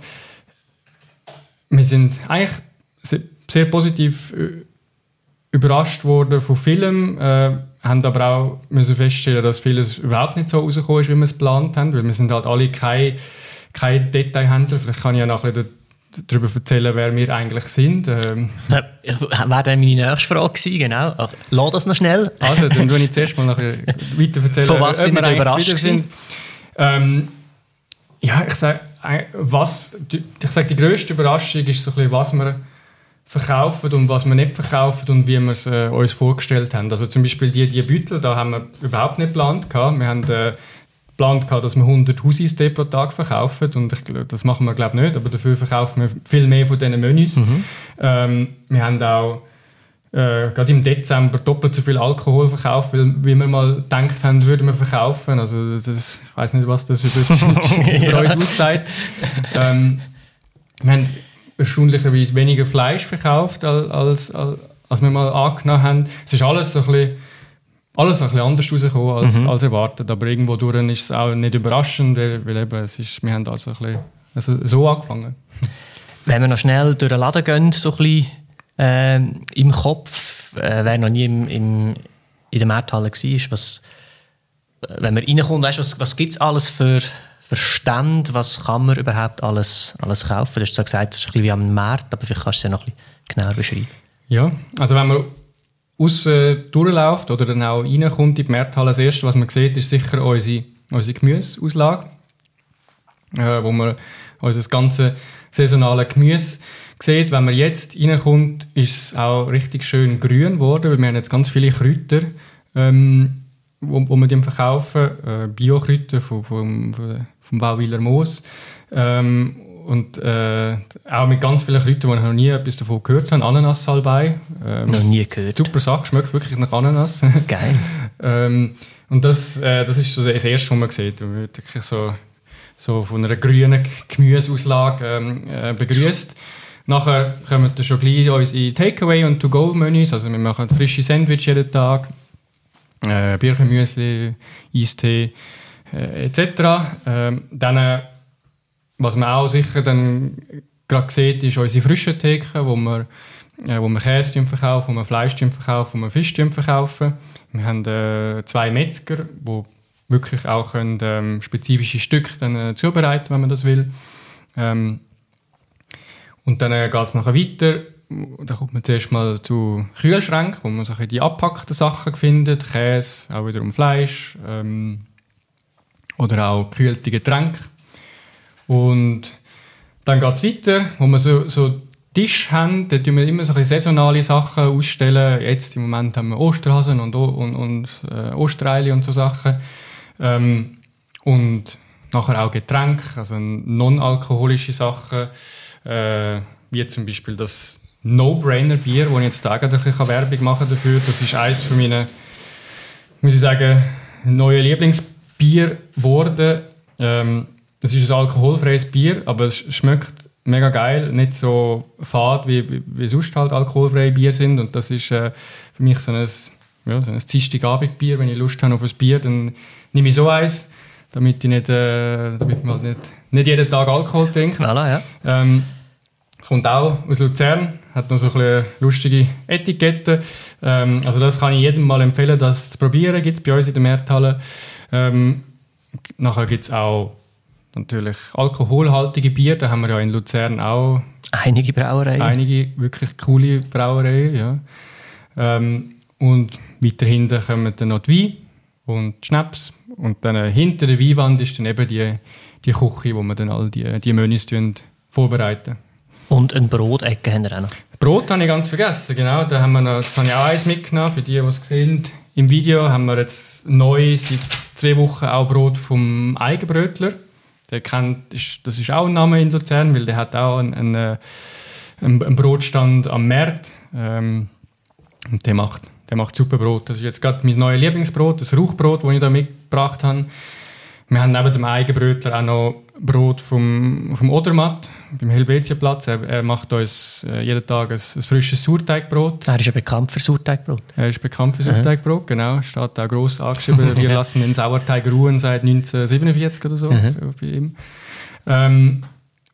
wir sind eigentlich sehr, sehr positiv überrascht worden von vielem, äh, haben aber auch müssen feststellen, dass vieles überhaupt nicht so rausgekommen ist, wie wir es geplant haben, weil wir sind halt alle keine, keine Detailhändler. Vielleicht kann ich ja nachher darüber erzählen, wer wir eigentlich sind. Ähm, ja, wäre dann meine nächste Frage gewesen, genau. Ach, lass das noch schnell. Also, dann würde ich zuerst mal nachher weiter erzählen, von was sind wir überrascht sind. Ähm, ja, ich sage, was, ich sage, die grösste Überraschung ist so ein bisschen, was wir verkaufen und was wir nicht verkaufen und wie wir es äh, uns vorgestellt haben. Also zum Beispiel die, die Beutel, da haben wir überhaupt nicht geplant gehabt. Wir haben äh, geplant gehabt, dass wir hundert Hauseistee pro Tag verkaufen und ich, das machen wir glaube ich nicht, aber dafür verkaufen wir viel mehr von diesen Menüs. Mhm. Ähm, wir haben auch äh, gerade im Dezember doppelt so viel Alkohol verkauft, weil, wie wir mal gedacht haben, würden wir verkaufen. Also das, ich weiß nicht, was das über, über uns aussagt. Ähm, wir haben erstaunlicherweise weniger Fleisch verkauft, als, als, als wir mal angenommen haben. Es ist alles so ein bisschen, alles ein bisschen anders rausgekommen als, mhm. als erwartet, aber irgendwo durch ist es auch nicht überraschend, weil, weil eben es ist, wir haben also, ein bisschen, also so angefangen. Wenn wir noch schnell durch den Laden gehen, so ein bisschen, ähm, im Kopf, äh, wer noch nie im, im, in der Markthalle war, was, wenn man reinkommt, weißt, was, was gibt es alles für Verstand, was kann man überhaupt alles, alles kaufen? Du hast zwar gesagt, es ist ein bisschen wie am Markt, aber vielleicht kannst du es ja noch ein bisschen genauer beschreiben. Ja, also wenn man aussen durchläuft oder dann auch reinkommt in die Markthalle, das Erste, was man sieht, ist sicher unsere, unsere Gemüseauslage, äh, wo man unser ganzes saisonale Gemüse sieht. Wenn man jetzt reinkommt, ist es auch richtig schön grün geworden, weil wir haben jetzt ganz viele Kräuter, ähm, wo, wo wir die verkaufen, äh, Bio-Kräuter vom, vom, vom Wauwiler Moos. Ähm, und äh, auch mit ganz vielen Kräutern, die ich noch nie etwas davon gehört habe. Ananas-Salbei. Ähm, noch nie gehört. Super Sache, schmeckt wirklich nach Ananas. Geil. ähm, und das, äh, das ist so das Erste, was man sieht. Man wird wirklich so, so von einer grünen Gemüseauslage ähm, äh, begrüßt. Nachher kommen dann schon gleich unsere Takeaway- und To-Go-Menüs. Also wir machen frische Sandwich jeden Tag, äh, Birchenmüsli, Eistee äh, et cetera. Ähm, dann, äh, was man auch sicher dann gerade sieht, ist unsere frische Theke, wo wir, äh, wo wir Käse verkaufen, wo wir Fleisch verkaufen, wo wir Fisch verkaufen. Wir haben äh, zwei Metzger, die wirklich auch können, ähm, spezifische Stücke dann, äh, zubereiten, wenn man das will. Ähm, Und dann äh, geht es nachher weiter. Da kommt man zuerst mal zu Kühlschränken, wo man so die abgepackten Sachen findet. Käse, auch wiederum Fleisch ähm, oder auch gekühlte Getränke. Und dann geht es weiter, wo wir so, so Tisch haben. Da tun wir immer so saisonale Sachen ausstellen. Jetzt im Moment haben wir Osterhasen und, und, und äh, Ostereile und so Sachen. Ähm, und nachher auch Getränke, also non-alkoholische Sachen. Äh, wie zum Beispiel das No-Brainer-Bier, wo ich jetzt eigentlich Werbung machen kann dafür. Das ist eines von meinen, muss ich sagen, neuen Lieblingsbier geworden. Ähm, das ist ein alkoholfreies Bier, aber es schmeckt mega geil, nicht so fad, wie, wie sonst halt alkoholfreie Bier sind. Und das ist äh, für mich so ein, ja, so ein Dienstagabendbier. Wenn ich Lust habe auf ein Bier, dann nehme ich so eins, damit ich nicht, äh, damit man halt nicht, nicht jeden Tag Alkohol trinkt. Voilà, ja. Ähm, kommt auch aus Luzern, hat noch so ein bisschen lustige Etiketten. Ähm, also das kann ich jedem mal empfehlen, das zu probieren. Gibt es bei uns in der Markthalle. Ähm, nachher gibt es auch natürlich alkoholhaltige Bier. Da haben wir ja in Luzern auch einige Brauereien. Einige wirklich coole Brauereien, ja. Ähm, und weiter hinten kommen dann noch die Wein und die Schnaps. Und dann äh, hinter der Weinwand ist dann eben die, die Küche, wo wir dann all die, die Menüs vorbereiten. Und eine Brotecke haben wir auch noch. Brot habe ich ganz vergessen, genau. Da haben wir noch, das habe ich auch eins mitgenommen, für die, die es sehen. Im Video haben wir jetzt neu seit zwei Wochen auch Brot vom Eigenbrötler. Der kennt, das ist auch ein Name in Luzern, weil der hat auch einen, einen, einen Brotstand am Markt. Ähm, und der macht, der macht super Brot. Das ist jetzt gerade mein neues Lieblingsbrot, das Rauchbrot, das ich da mitgebracht habe. Wir haben neben dem Eigenbrötler auch noch Brot vom, vom Odermatt, beim Helvetiaplatz. Er, er macht uns äh, jeden Tag ein, ein frisches Sauerteigbrot. Er ist ja bekannt für Sauerteigbrot. Er ist bekannt für Sauerteigbrot, genau. Steht auch gross angeschrieben. Wir lassen den Sauerteig ruhen seit neunzehnhundertsiebenundvierzig oder so Mhm. bei ihm. Ähm,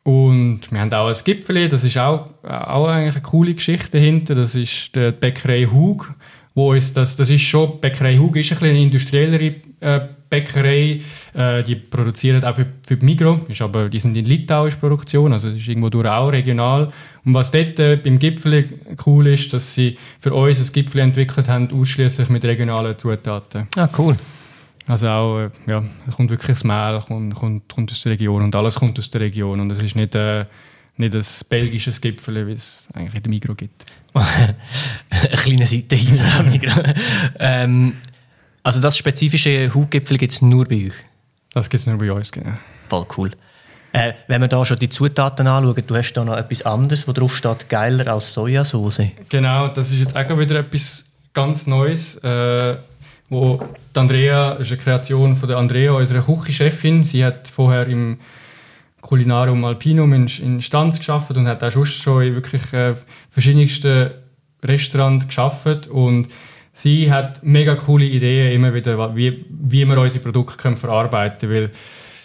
und wir haben auch ein Gipfeli, das ist auch, auch eigentlich eine coole Geschichte dahinter. Das ist die Bäckerei Hug. Wo ist das, das ist schon, die Bäckerei Hug ist ein bisschen eine industriellere äh, Bäckerei. Äh, die produzieren auch für, für die Migros, ist aber, die sind in litauischer Produktion, also das ist irgendwo durch auch regional. Und was dort äh, beim Gipfeli cool ist, dass sie für uns ein Gipfeli entwickelt haben, ausschließlich mit regionalen Zutaten. Ah, cool. Also auch, äh, ja, es kommt wirklich das Mehl, kommt, kommt, kommt aus der Region und alles kommt aus der Region. Und es ist nicht, äh, nicht ein belgisches Gipfeli, wie es eigentlich in der Migros gibt. Eine kleine Seite hier. ähm, also das spezifische Hutgipfel gibt es nur bei euch? Das gibt es nur bei uns, genau. Voll cool. Äh, wenn wir da schon die Zutaten anschauen, du hast da noch etwas anderes, wo drauf steht, geiler als Sojasauce. Genau, das ist jetzt auch wieder etwas ganz Neues, äh, wo die Andrea, das ist eine Kreation von der Andrea, unserer Küchenchefin. Sie hat vorher im Culinarium Alpinum in, in Stanz gearbeitet und hat auch schon in wirklich äh, verschiedensten Restaurants gearbeitet. Und sie hat mega coole Ideen immer wieder, wie, wie wir unsere Produkte können verarbeiten können. Weil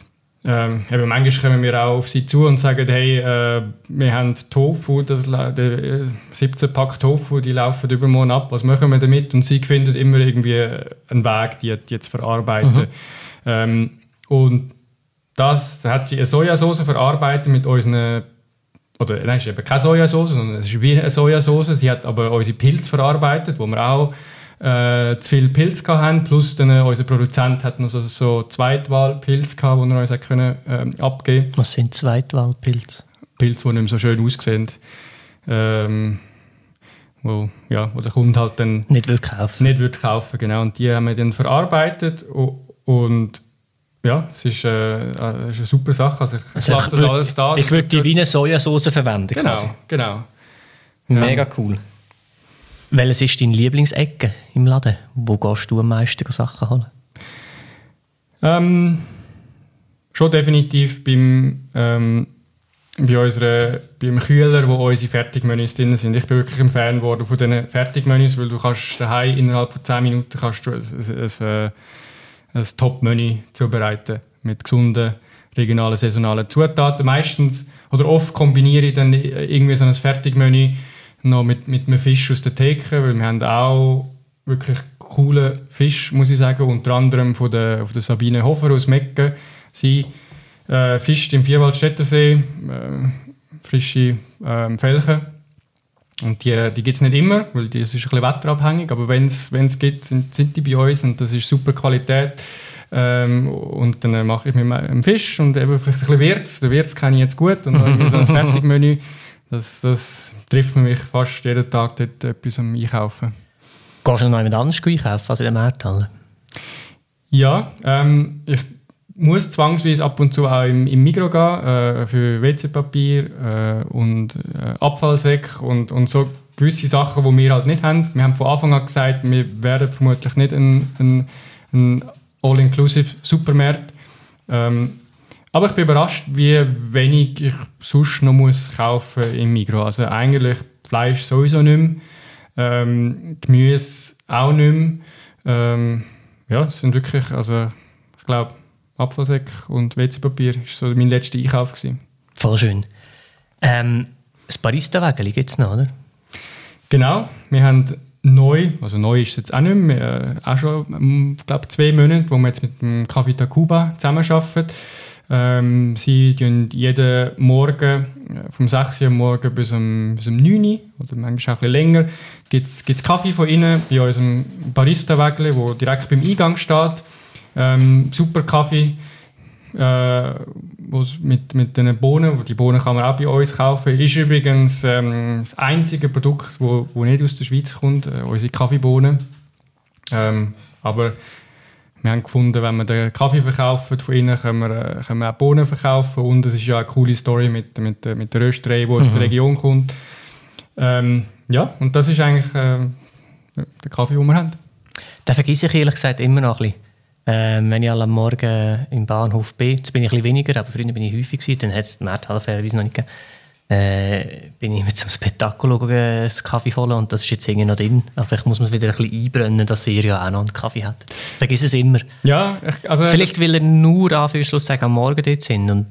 Ähm, eben manchmal kommen wir auch auf sie zu und sagen, hey, äh, wir haben Tofu, das, der siebzehn Pack Tofu, die laufen übermorgen ab, was machen wir damit? Und sie finden immer irgendwie einen Weg, die, die zu verarbeiten. Mhm. Ähm, und das, da hat sie eine Sojasauce verarbeitet mit unseren, oder nein, es ist eben keine Sojasauce, sondern es ist wie eine Sojasauce. Sie hat aber unsere Pilze verarbeitet, wo wir auch äh, zu viel Pilz hatten, plus dann, äh, unser Produzent hat noch so, so Zweitwahlpilze gehabt, die er uns hat können, ähm, abgeben konnte. Was sind Zweitwahlpilze? Pilze, die nicht mehr so schön aussehen. Ähm, wo, ja, wo der Kunde halt dann nicht will kaufen. Nicht will kaufen, genau. Und die haben wir dann verarbeitet und ja, es ist, äh, es ist eine super Sache. Also ich also lasse das alles da. Ich würde die wie eine Sojasauce verwenden. Genau, quasi. genau. Mega ja. Cool. Welches ist deine Lieblingsecke im Laden? Wo gehst du am meisten Sachen holen? Ähm, schon definitiv beim, ähm, bei unserer, beim Kühler, wo unsere Fertigmenüs drin sind. Ich bin wirklich ein Fan geworden von diesen Fertigmenüs, weil du kannst daheim innerhalb von zehn Minuten kannst du ein, ein, ein, ein Top-Menü zubereiten mit gesunden, regionalen, saisonalen Zutaten. Meistens oder oft kombiniere ich dann irgendwie so ein Fertigmenü noch mit, mit einem Fisch aus der Theke, weil wir haben auch wirklich coolen Fisch, muss ich sagen, unter anderem von der, von der Sabine Hofer aus Mecken. Sie äh, fischt im Vierwaldstättersee, äh, frische äh, Felchen. Und die, die gibt es nicht immer, weil die ist ein bisschen wetterabhängig, aber wenn es gibt, sind, sind die bei uns und das ist super Qualität. Ähm, und dann mache ich mit einem Fisch und eben vielleicht ein bisschen Wirts. Den Wirts kenne ich jetzt gut und dann so ein Fertigmenü. Das, das trifft mich fast jeden Tag dort etwas am Einkaufen. Gehst du noch jemand anders einkaufen als in der Markthalle? Ja, ähm, ich muss zwangsweise ab und zu auch im, im Migros gehen, äh, für W C-Papier äh, und äh, Abfallsäcke und, und so gewisse Sachen, die wir halt nicht haben. Wir haben von Anfang an gesagt, wir werden vermutlich nicht ein, ein, ein All-Inclusive-Supermarkt. Ähm, aber ich bin überrascht, wie wenig ich sonst noch muss kaufen im Migros. Also eigentlich Fleisch sowieso nicht mehr, ähm, Gemüse auch nicht mehr. Ähm, ja, es sind wirklich, also ich glaube, Abfallsäcke und W C-Papier war so mein letzter Einkauf gewesen. Voll schön. Ähm, das Barista-Wägeli gibt es noch, oder? Genau, wir haben neu, also neu ist es jetzt auch nicht mehr, äh, auch schon, ich glaube, zwei Monate, wo wir jetzt mit dem Café Tacuba zusammenarbeiten. Ähm, sie tun jeden Morgen, vom sechs Uhr am Morgen bis um, bis um neun Uhr oder manchmal auch ein bisschen länger, gibt es Kaffee von ihnen bei unserem Barista-Wägeli, der direkt beim Eingang steht. Ähm, super Kaffee äh, mit, mit den Bohnen. Die Bohnen kann man auch bei uns kaufen. Ist übrigens ähm, das einzige Produkt, das nicht aus der Schweiz kommt, äh, unsere Kaffeebohnen. Ähm, aber wir haben gefunden, wenn wir den Kaffee verkaufen von ihnen, können wir, äh, können wir auch Bohnen verkaufen. Und es ist ja eine coole Story mit, mit, mit der Rösterei, die mhm. aus der Region kommt. Ähm, ja, und das ist eigentlich äh, der Kaffee, den wir haben. Den vergesse ich ehrlich gesagt immer noch ein bisschen. Ähm, wenn ich am Morgen im Bahnhof bin, jetzt bin ich ein bisschen weniger, aber früher bin ich häufig gewesen, dann hat es die Markthalle fairerweise noch nicht gegeben, äh, bin ich mit zum Spektakel einen Kaffee holen und das ist jetzt irgendwie noch drin. Aber ich muss mir wieder ein bisschen einbrennen, dass ihr ja auch noch einen Kaffee habt. Vergiss es immer. Ja, ich, also vielleicht will er nur Anführungsschluss sagen, am Morgen dort sind und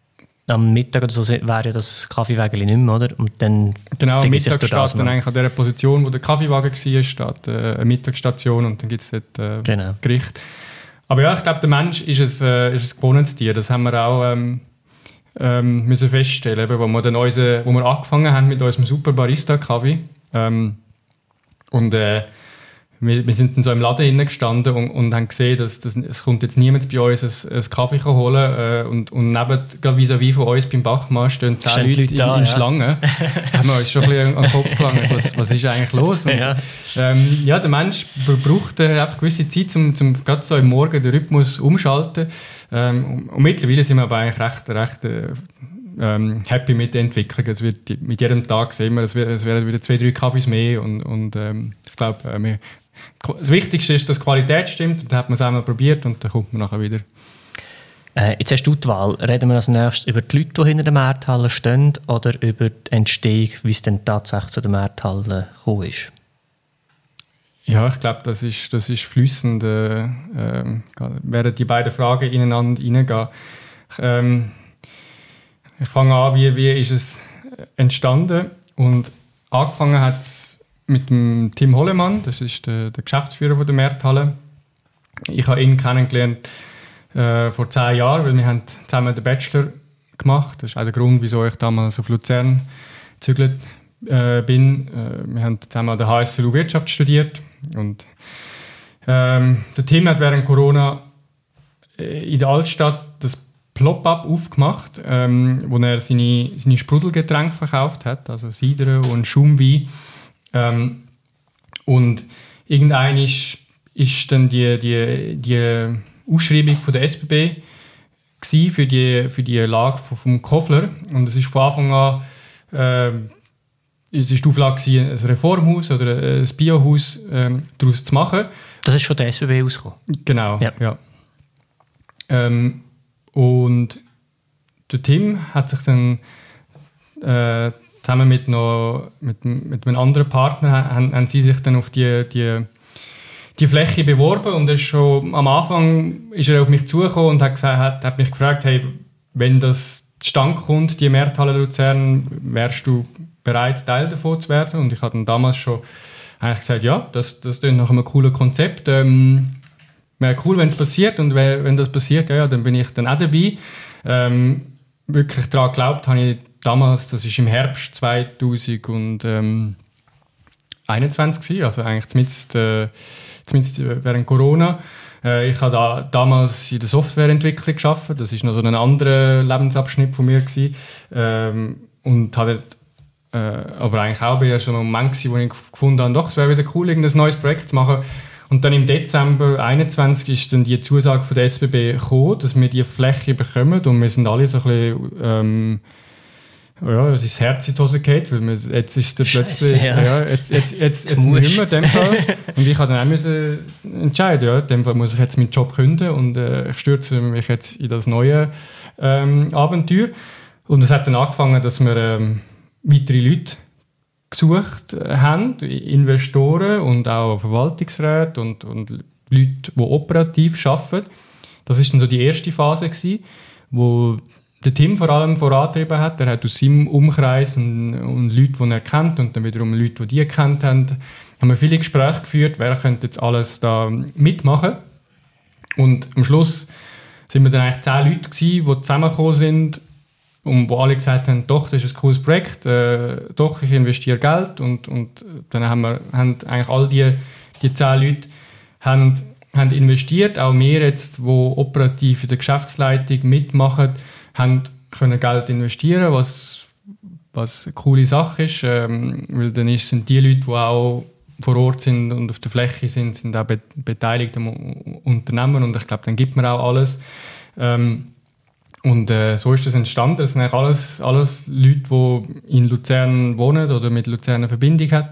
am Mittag oder so wäre ja das Kaffeewägeli nicht mehr, oder? Und dann genau, am Mittag steht dann eigentlich an der Position, wo der Kaffeewagen war, steht äh, eine Mittagsstation und dann gibt es dort äh, genau. Gericht. Aber ja, ich glaube, der Mensch ist ein, äh, ist ein gewohntes Tier. Das haben wir auch ähm, ähm, müssen feststellen, eben, wo wir dann unsere, wo wir angefangen haben mit unserem super Barista-Kaffee. Ähm, und äh, wir, wir sind dann so im Laden hineingestanden und, und haben gesehen, dass, dass es kommt jetzt niemand bei uns einen Kaffee holen äh, und, und neben, gerade vis-à-vis von uns beim Bachmann stehen zehn Leute, Leute da, in, in ja. Schlangen. Da haben wir uns schon ein bisschen an den Kopf gelangt, was, was ist eigentlich los? Und, ja. Ähm, ja, der Mensch braucht äh, einfach gewisse Zeit, um, um gerade so im Morgen den Rhythmus umschalten. Ähm, und, und mittlerweile sind wir aber eigentlich recht, recht äh, ähm, happy mit der Entwicklung. Es wird, mit jedem Tag sehen wir, es werden, es werden wieder zwei, drei Kaffees mehr und, und ähm, ich glaube, äh, wir das Wichtigste ist, dass die Qualität stimmt. Und dann hat man es einmal probiert und dann kommt man nachher wieder. Äh, jetzt hast du die Wahl. Reden wir als nächstes über die Leute, die hinter der Markthalle stehen oder über die Entstehung, wie es denn tatsächlich zu der Markthalle gekommen ist? Ja, ich glaube, das ist, das ist fließend. Äh, äh, werden die beiden Fragen ineinander hineingehen. Ähm, ich fange an, wie, wie ist es entstanden? Und angefangen hat es mit dem Tim Hollemann, das ist der, der Geschäftsführer von der Märthalle. Ich habe ihn kennengelernt äh, vor zehn Jahren, weil wir haben zusammen den Bachelor gemacht. Das ist auch der Grund, wieso ich damals auf Luzern gezügelt äh, bin. Äh, wir haben zusammen an der H S L U Wirtschaft studiert. Und ähm, der Tim hat während Corona in der Altstadt das Plop-up aufgemacht, ähm, wo er seine, seine Sprudelgetränke verkauft hat, also Cider und Schaumwein. Ähm, und irgendwann ist, ist dann die, die, die Ausschreibung von der S B B gsi für die, für die Lage vom Kofler. Und es ist von Anfang an äh, es ist die Auflage gewesen, ein Reformhaus oder ein Biohaus ähm, daraus zu machen. Das ist von der S B B ausgekommen? Genau, ja. ja. Ähm, und der Tim hat sich dann äh, zusammen mit, noch, mit, mit einem anderen Partner haben, haben sie sich dann auf die, die, die Fläche beworben und ist schon am Anfang ist er auf mich zugekommen und hat, gesagt, hat, hat mich gefragt, hey, wenn das zustande kommt, die Märthalle Luzern, wärst du bereit, Teil davon zu werden? Und ich hatte dann damals schon eigentlich gesagt, ja, das, das klingt nach einem coolen Konzept. Ähm, wäre cool, wenn es passiert und wenn das passiert, ja, dann bin ich dann auch dabei. Ähm, wirklich daran geglaubt habe ich damals, das war im Herbst zwanzig einundzwanzig, also eigentlich zumindest, äh, zumindest während Corona. Äh, ich habe da, damals in der Softwareentwicklung gearbeitet, das war noch so ein anderer Lebensabschnitt von mir gewesen. Ähm, und habe äh, aber eigentlich auch bei so einem Moment gewesen, wo ich gefunden habe, doch, es wäre wieder cool, irgendein neues Projekt zu machen. Und dann im Dezember einundzwanzig ist dann die Zusage von der S B B gekommen, dass wir die Fläche bekommen und wir sind alle so ein bisschen, ähm, ja, es ist das Herz in die Hose gefallen, weil wir, jetzt ist der plötzlich, ja. ja, jetzt, jetzt, jetzt, jetzt nicht mehr in dem Fall. Und ich musste dann auch müssen entscheiden, ja, in dem Fall muss ich jetzt meinen Job kündigen und äh, ich stürze mich jetzt in das neue ähm, Abenteuer. Und es hat dann angefangen, dass wir ähm, weitere Leute gesucht haben, Investoren und auch Verwaltungsräte und, und Leute, die operativ arbeiten. Das war dann so die erste Phase gewesen, wo der Tim vor allem vorangetrieben hat. Er hat aus seinem Umkreis und, und Leute, die er kennt und dann wiederum Leute, die die kennt haben, haben wir viele Gespräche geführt, wer könnte jetzt alles da mitmachen. Und am Schluss sind wir dann eigentlich zehn Leute gewesen, die zusammengekommen sind und wo alle gesagt haben, doch, das ist ein cooles Projekt, äh, doch, ich investiere Geld. Und, und dann haben wir haben eigentlich all die, die zehn Leute haben, haben investiert, auch wir jetzt, die operativ in der Geschäftsleitung mitmachen, haben können Geld investieren, was, was eine coole Sache ist, ähm, weil dann ist, sind die Leute, die auch vor Ort sind und auf der Fläche sind, sind auch be- beteiligt am Unternehmen und ich glaube, dann gibt man auch alles. Ähm, und äh, so ist das entstanden. Das sind eigentlich alles, alles Leute, die in Luzern wohnen oder mit Luzern eine Verbindung haben.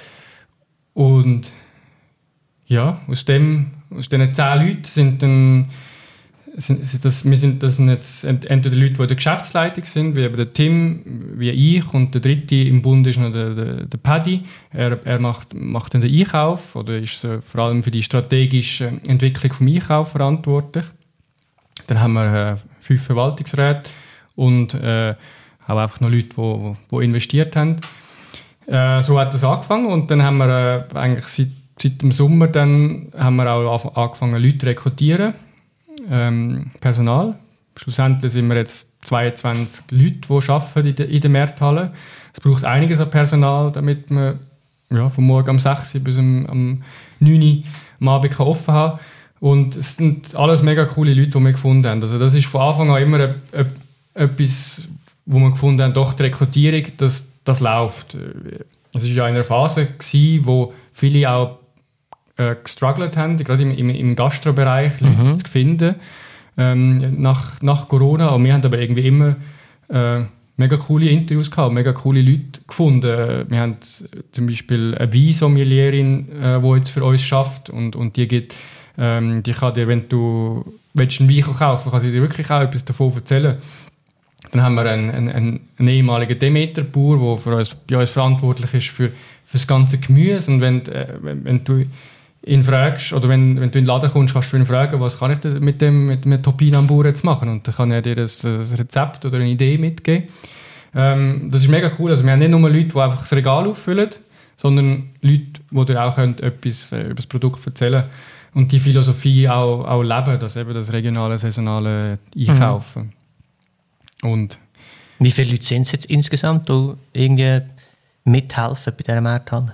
Und ja, aus, dem, aus diesen zehn Leuten sind dann Sind, sind das, wir sind, das sind jetzt entweder Leute, die in der Geschäftsleitung sind, wie eben der Tim, wie ich, und der dritte im Bund ist noch der, der, der Paddy. Er, er macht, macht dann den Einkauf oder ist so vor allem für die strategische Entwicklung vom Einkauf verantwortlich. Dann haben wir äh, fünf Verwaltungsräte und äh, auch einfach noch Leute, die, die investiert haben. Äh, so hat das angefangen und dann haben wir äh, eigentlich seit, seit dem Sommer dann haben wir auch angefangen, Leute zu rekrutieren. Ähm, Personal. Schlussendlich sind wir jetzt zweiundzwanzig Leute, die arbeiten in der, in der Märthalle. Es braucht einiges an Personal, damit wir ja, von morgen um sechs Uhr bis um, um neun Uhr am Abend offen haben. Und es sind alles mega coole Leute, die wir gefunden haben. Also das ist von Anfang an immer etwas, wo wir gefunden haben, doch die Rekrutierung, das, das läuft. Es war ja in einer Phase gewesen, wo viele auch gestruggelt haben, gerade im, im, im Gastrobereich Leute mhm. zu finden ähm, nach, nach Corona. Und wir haben aber irgendwie immer äh, mega coole Interviews gehabt, mega coole Leute gefunden. Wir haben zum Beispiel eine Weinsommeliérin, äh, die jetzt für uns schafft und, und die gibt, ähm, die kann dir, wenn du willst, einen Wein kaufen, kann sie dir wirklich auch etwas davon erzählen. Dann haben wir einen, einen, einen ehemaligen Demeter-Bauer, der für uns, bei uns verantwortlich ist für, für das ganze Gemüse. Und wenn, äh, wenn, wenn du ihn fragst, oder wenn, wenn du in den Laden kommst, kannst du ihn fragen, was kann ich denn mit dem, mit dem Topinambur jetzt machen? Und dann kann er dir das, das Rezept oder eine Idee mitgeben. Ähm, das ist mega cool. Also wir haben nicht nur Leute, die einfach das Regal auffüllen, sondern Leute, die dir auch können, etwas äh, über das Produkt erzählen können und die Philosophie auch, auch leben, dass eben das regionale, saisonale Einkaufen. Mhm. Und wie viele Leute sind es jetzt insgesamt, die irgendwie mithelfen bei dieser Markthalle?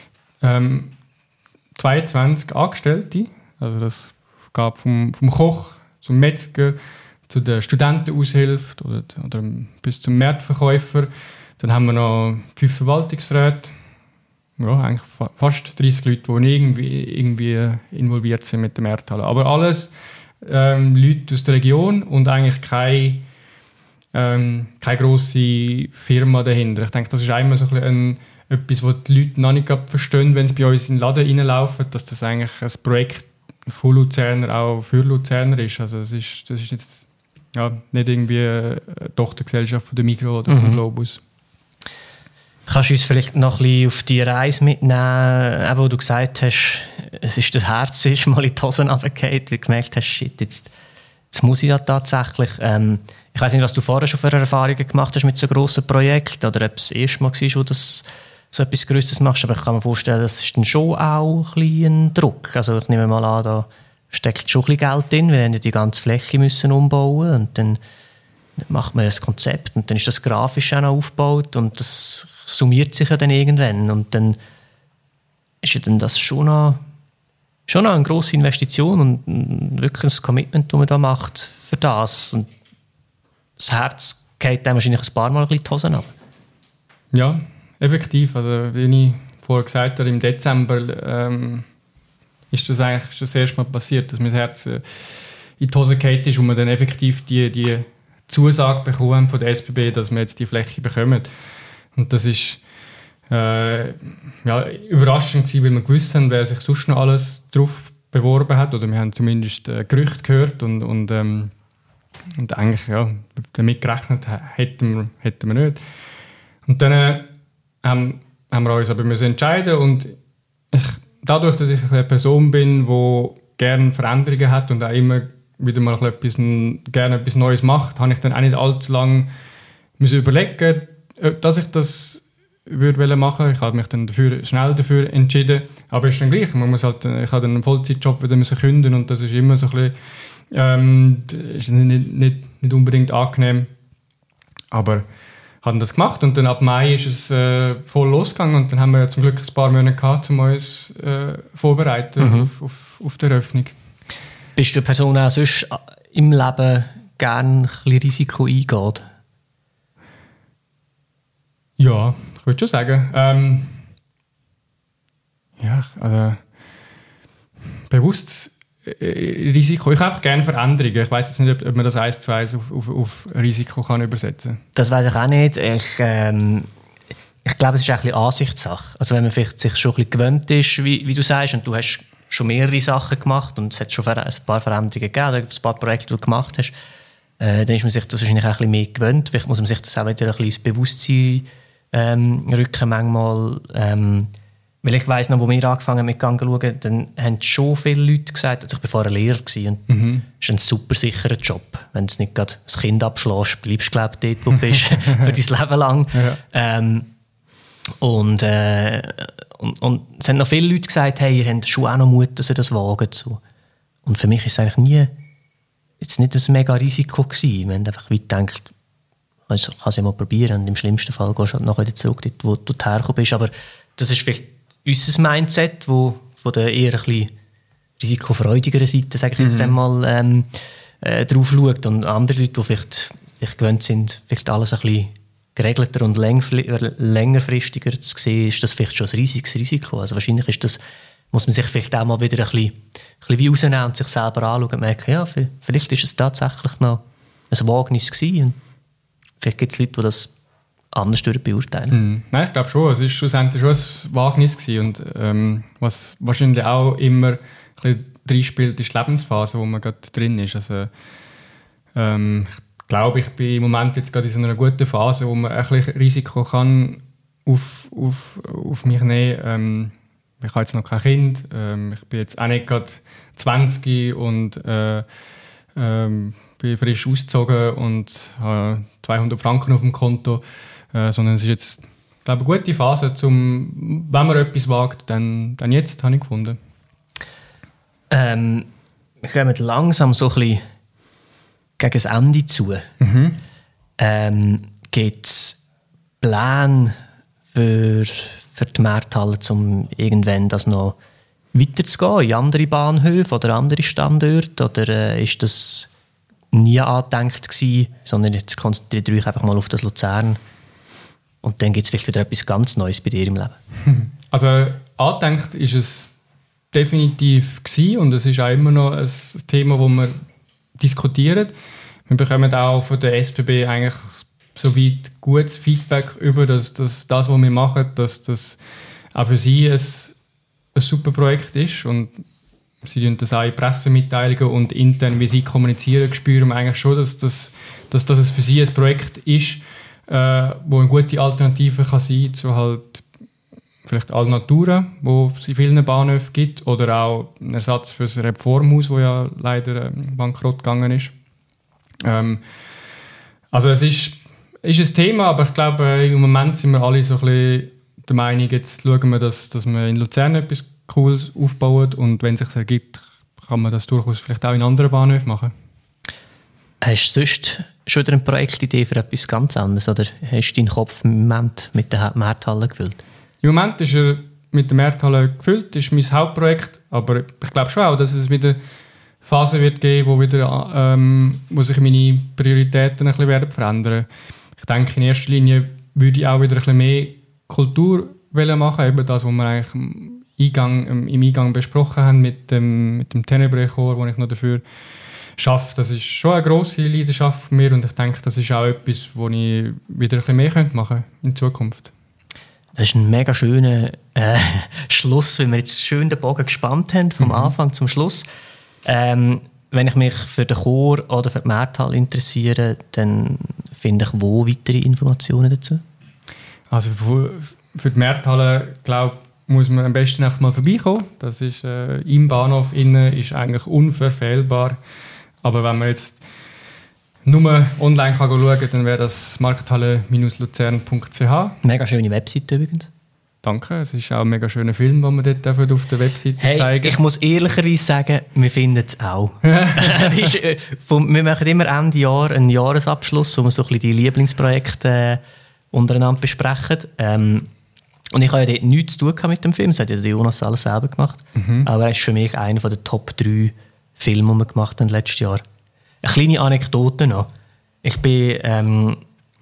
Ähm, zweiundzwanzig Angestellte. Also das gab vom, vom Koch zum Metzger zu der Studentenaushilfe oder, oder bis zum Marktverkäufer. Dann haben wir noch fünf Verwaltungsräte. Ja, eigentlich fa- fast dreißig Leute, die irgendwie, irgendwie involviert sind mit der Markthalle. Aber alles ähm, Leute aus der Region und eigentlich keine, ähm, keine grosse Firma dahinter. Ich denke, das ist einmal so ein bisschen ein, etwas, was die Leute noch nicht verstehen, wenn sie bei uns in den Laden reinlaufen, dass das eigentlich ein Projekt von Luzerner auch für Luzerner ist. Also das ist, das ist jetzt, ja, nicht irgendwie eine Tochtergesellschaft von der Migros oder mhm. vom Globus. Kannst du uns vielleicht noch ein bisschen auf die Reise mitnehmen, eben, wo du gesagt hast, es ist das Herz ist mal in die Hosen runtergefallen, weil du gemerkt hast, shit, jetzt, jetzt muss ich ja tatsächlich. Ähm, ich weiss nicht, was du vorher schon für Erfahrungen gemacht hast mit so grossen Projekten oder ob es das erste Mal war, wo du so etwas Grösseres machst, aber ich kann mir vorstellen, das ist dann schon auch ein bisschen ein Druck. Also ich nehme mal an, da steckt schon ein bisschen Geld drin, wir haben die ganze Fläche müssen umbauen und dann macht man ein Konzept und dann ist das grafisch auch noch aufgebaut und das summiert sich ja dann irgendwann und dann ist ja dann das schon noch, schon noch eine grosse Investition und wirklich ein Commitment, das man da macht für das. Und das Herz geht dann wahrscheinlich ein paar Mal ein bisschen die Hosen ab. Ja, effektiv. Also wie ich vorher gesagt habe, im Dezember ähm, ist das eigentlich schon das erste Mal passiert, dass mir das Herz äh, in die Hose gefallen ist und man dann effektiv die, die Zusage bekommen von der S B B, dass wir jetzt die Fläche bekommen. Und das ist äh, ja, überraschend gewesen, weil wir gewusst haben, wer sich sonst noch alles drauf beworben hat. Oder wir haben zumindest äh, Gerüchte gehört und, und, ähm, und eigentlich ja, damit gerechnet hätten wir, hätten wir nicht. Und dann äh, haben, haben wir uns aber müssen entscheiden und ich, dadurch, dass ich eine Person bin, die gerne Veränderungen hat und auch immer wieder mal etwas, gerne etwas Neues macht, habe ich dann auch nicht allzu lange müssen überlegen, dass ich das würde machen. Ich habe mich dann dafür, schnell dafür entschieden. Aber es ist dann gleich. Man muss halt, ich habe dann einen Vollzeitjob wieder müssen kündigen und das ist immer so ein bisschen, ähm, ist nicht, nicht, nicht unbedingt angenehm. Aber haben das gemacht und dann ab Mai ist es äh, voll losgegangen und dann haben wir zum Glück ein paar Monate gehabt, um uns äh, vorbereiten mhm. auf, auf, auf die Eröffnung. Bist du eine Person, die auch sonst im Leben gerne ein bisschen Risiko eingeht? Ja, ich würde schon sagen. Ähm, ja, also bewusstes Risiko. Ich habe auch gerne Veränderungen. Ich weiss jetzt nicht, ob man das eins zu eins auf, auf, auf Risiko kann übersetzen kann. Das weiss ich auch nicht. Ich, ähm, ich glaube, es ist auch ein bisschen Ansichtssache. Also wenn man vielleicht sich schon ein bisschen gewöhnt ist, wie, wie du sagst, und du hast schon mehrere Sachen gemacht und es hat schon ein paar Veränderungen gegeben, ein paar Projekte, die du gemacht hast, äh, dann ist man sich das wahrscheinlich auch ein bisschen mehr gewöhnt. Vielleicht muss man sich das auch wieder ein bisschen ins Bewusstsein ähm, rücken manchmal. Ähm, weil ich weiss noch, wo wir angefangen haben mit Gang schauen, dann haben schon viele Leute gesagt, also ich war vorher Lehrer gewesen, und mhm. das ist ein super sicherer Job. Wenn du nicht gerade das Kind abschlägst, bleibst du, glaube ich, dort, wo du bist, für dein Leben lang. Ja. Ähm, und, äh, und, und es haben noch viele Leute gesagt, hey, ihr habt schon auch noch Mut, dass ihr das wagen. So. Und für mich ist es eigentlich nie jetzt nicht ein mega Risiko gewesen. Wir haben einfach weit gedacht, ich kann es ja mal probieren und im schlimmsten Fall gehst du halt nachher wieder zurück, dort, wo du hergekommen bist. Aber das ist vielleicht unser Mindset, wo von der eher ein bisschen risikofreudigeren Seite, sage ich jetzt mhm. einmal, ähm, äh, drauf schaut. Und andere Leute, die vielleicht sich gewöhnt sind, vielleicht alles ein bisschen geregelter und längerfristiger zu sehen, ist das vielleicht schon ein riesiges Risiko. Also wahrscheinlich ist das, muss man sich vielleicht auch mal wieder ein bisschen, ein bisschen wie rausnehmen und sich selber anschauen und merken, ja, vielleicht ist es tatsächlich noch ein Wagnis gewesen. Und vielleicht gibt es Leute, die das anders beurteilen. Hm. Nein, ich glaube schon. Es war schlussendlich schon ein Wagnis gewesen. Und ähm, was wahrscheinlich auch immer ein bisschen reinspielt, ist die Lebensphase, wo man gerade drin ist. Also, ähm, ich glaube, ich bin im Moment jetzt gerade in so einer guten Phase, wo man ein bisschen Risiko kann auf, auf, auf mich nehmen. Ähm, ich habe jetzt noch kein Kind, ähm, ich bin jetzt auch nicht gerade zwanzig und äh, ähm, bin frisch ausgezogen und habe zweihundert Franken auf dem Konto, äh, sondern es ist jetzt, glaube ich, eine gute Phase, zum, wenn man etwas wagt, dann, dann jetzt, habe ich gefunden. Ähm, wir kommen langsam so ein bisschen gegen das Ende zu. Mhm. Ähm, gibt es Pläne für, für die Markthalle, um irgendwann das noch weiterzugehen, in andere Bahnhöfe oder andere Standorte? Oder äh, ist das nie angedenkt gewesen, sondern jetzt konzentriert ihr euch einfach mal auf das Luzern und dann gibt es vielleicht wieder etwas ganz Neues bei dir im Leben? Also angedenkt ist es definitiv gewesen und es ist auch immer noch ein Thema, das wir diskutieren. Wir bekommen auch von der S B B eigentlich soweit gutes Feedback über, dass, dass das, was wir machen, dass das auch für sie ein, ein super Projekt ist und sie tun das auch in Pressemitteilungen und intern, wie sie kommunizieren, spüren wir eigentlich schon, dass das, dass das für sie ein Projekt ist, äh, wo eine gute Alternative kann sein zu halt vielleicht Alnatura, wo es in vielen Bahnhöfen gibt, oder auch ein Ersatz für das Reformhaus, wo ja leider ähm, bankrott gegangen ist. Ähm, also es ist, ist ein Thema, aber ich glaube, im Moment sind wir alle so ein bisschen der Meinung, jetzt schauen wir, dass, dass wir in Luzern etwas Cooles aufbauen und wenn es sich ergibt, kann man das durchaus vielleicht auch in anderen Bahnhöfen machen. Hast du sonst schon wieder eine Projektidee für etwas ganz anderes oder hast du deinen Kopf im Moment mit der Markthalle gefüllt? Im Moment ist er mit der Markthalle gefüllt, das ist mein Hauptprojekt, aber ich glaube schon auch, dass es wieder Phasen wird geben, wo, wieder, ähm, wo sich meine Prioritäten ein bisschen werden verändern. Ich denke, in erster Linie würde ich auch wieder ein bisschen mehr Kultur machen, eben das, was wir eigentlich im Eingang, im Eingang besprochen haben mit dem, mit dem Tenebrae-Chor, wo ich noch dafür arbeite. Das ist schon eine grosse Leidenschaft von mir und ich denke, das ist auch etwas, wo ich wieder ein bisschen mehr machen könnte in Zukunft. Das ist ein mega schöner äh, Schluss, weil wir jetzt schön den Bogen gespannt haben, vom mhm. Anfang zum Schluss. Ähm, wenn ich mich für den Chor oder für die Markthalle interessiere, dann finde ich wo weitere Informationen dazu? Also für, für die Markthalle, glaube ich, muss man am besten einfach mal vorbeikommen. Das ist äh, im Bahnhof innen, ist eigentlich unverfehlbar. Aber wenn man jetzt nur online kann schauen kann, dann wäre das markthalle Bindestrich luzern punkt c h. Mega schöne Webseite übrigens. Danke, es ist auch ein mega schöner Film, den wir dort auf der Webseite hey, zeigen. Ich muss ehrlicherweise sagen, wir finden es auch. ist, äh, vom, wir machen immer Ende Jahr einen Jahresabschluss, wo wir so ein bisschen die Lieblingsprojekte äh, untereinander besprechen. Ähm, und ich habe ja dort nichts zu tun mit dem Film, das hat ja der Jonas alles selber gemacht. Mhm. Aber er ist für mich einer der Top drei Filme, die wir gemacht haben letztes Jahr. Eine kleine Anekdote noch. Ich bin ähm,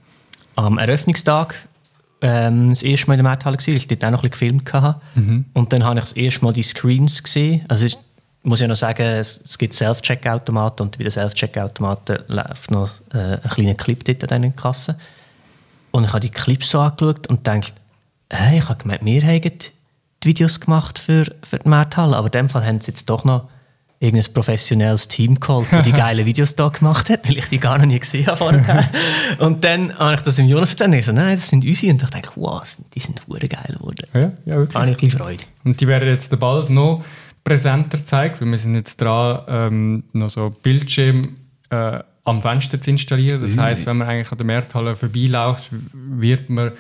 am Eröffnungstag ähm, das erste Mal in der Markthalle gewesen, weil ich dort auch noch ein bisschen gefilmt hatte. Mhm. Und dann habe ich das erste Mal die Screens gesehen. Also ich muss ja noch sagen, es, es gibt Self-Check-Automaten und bei den Self-Check-Automaten läuft noch äh, ein kleiner Clip dort an den Kassen. Und ich habe die Clips so angeschaut und dachte, hey, ich habe gemeint, wir haben die Videos gemacht für, für die Markthalle, aber in dem Fall haben sie jetzt doch noch irgendein professionelles Team geholt, das die geilen Videos da gemacht hat, weil ich die gar noch nie gesehen habe vorher. Und dann habe ich das im Jonas erzählt und ich dachte, nein, das sind unsere. Und ich dachte, wow, die sind verdammt geil geworden. Ja, ja, wirklich. Da habe ich ein bisschen Freude. Und die werden jetzt bald noch präsenter gezeigt, weil wir sind jetzt dran, ähm, noch so Bildschirm äh, am Fenster zu installieren. Das heisst, wenn man eigentlich an der Markthalle vorbeiläuft, wird man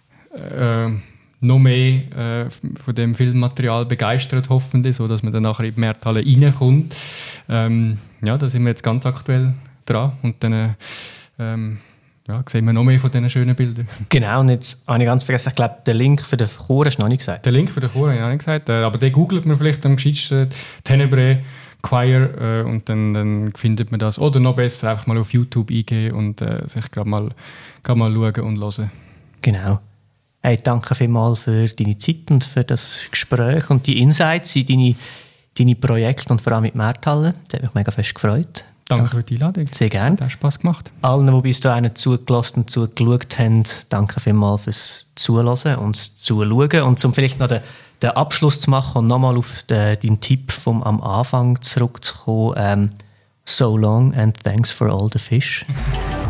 äh, noch mehr äh, von dem Filmmaterial begeistert, hoffentlich, so dass man dann nachher in die Markthalle reinkommt. Ähm, ja, da sind wir jetzt ganz aktuell dran und dann ähm, ja, sehen wir noch mehr von diesen schönen Bildern. Genau, und jetzt habe ich ganz vergessen, ich glaube, den Link für den Chor hast du noch nicht gesagt. Den Link für den Chor habe ich noch nicht gesagt, äh, aber den googelt man vielleicht am gescheitsten, Tenebrae Choir, äh, und dann, dann findet man das. Oder noch besser, einfach mal auf YouTube eingehen und äh, sich gerade mal, mal schauen und hören. Genau. Hey, danke vielmals für deine Zeit und für das Gespräch und die Insights in deine, deine Projekte und vor allem mit Markthalle. Das hat mich mega fest gefreut. Danke, danke für die Einladung. Sehr gerne. Hat Spass gemacht. Allen, die bis dahin zugelassen und zugeschaut haben, danke vielmals fürs Zuhören und Zuschauen. Und um vielleicht noch den, den Abschluss zu machen und nochmal auf den, deinen Tipp vom am Anfang zurückzukommen. Ähm, so long and thanks for all the fish.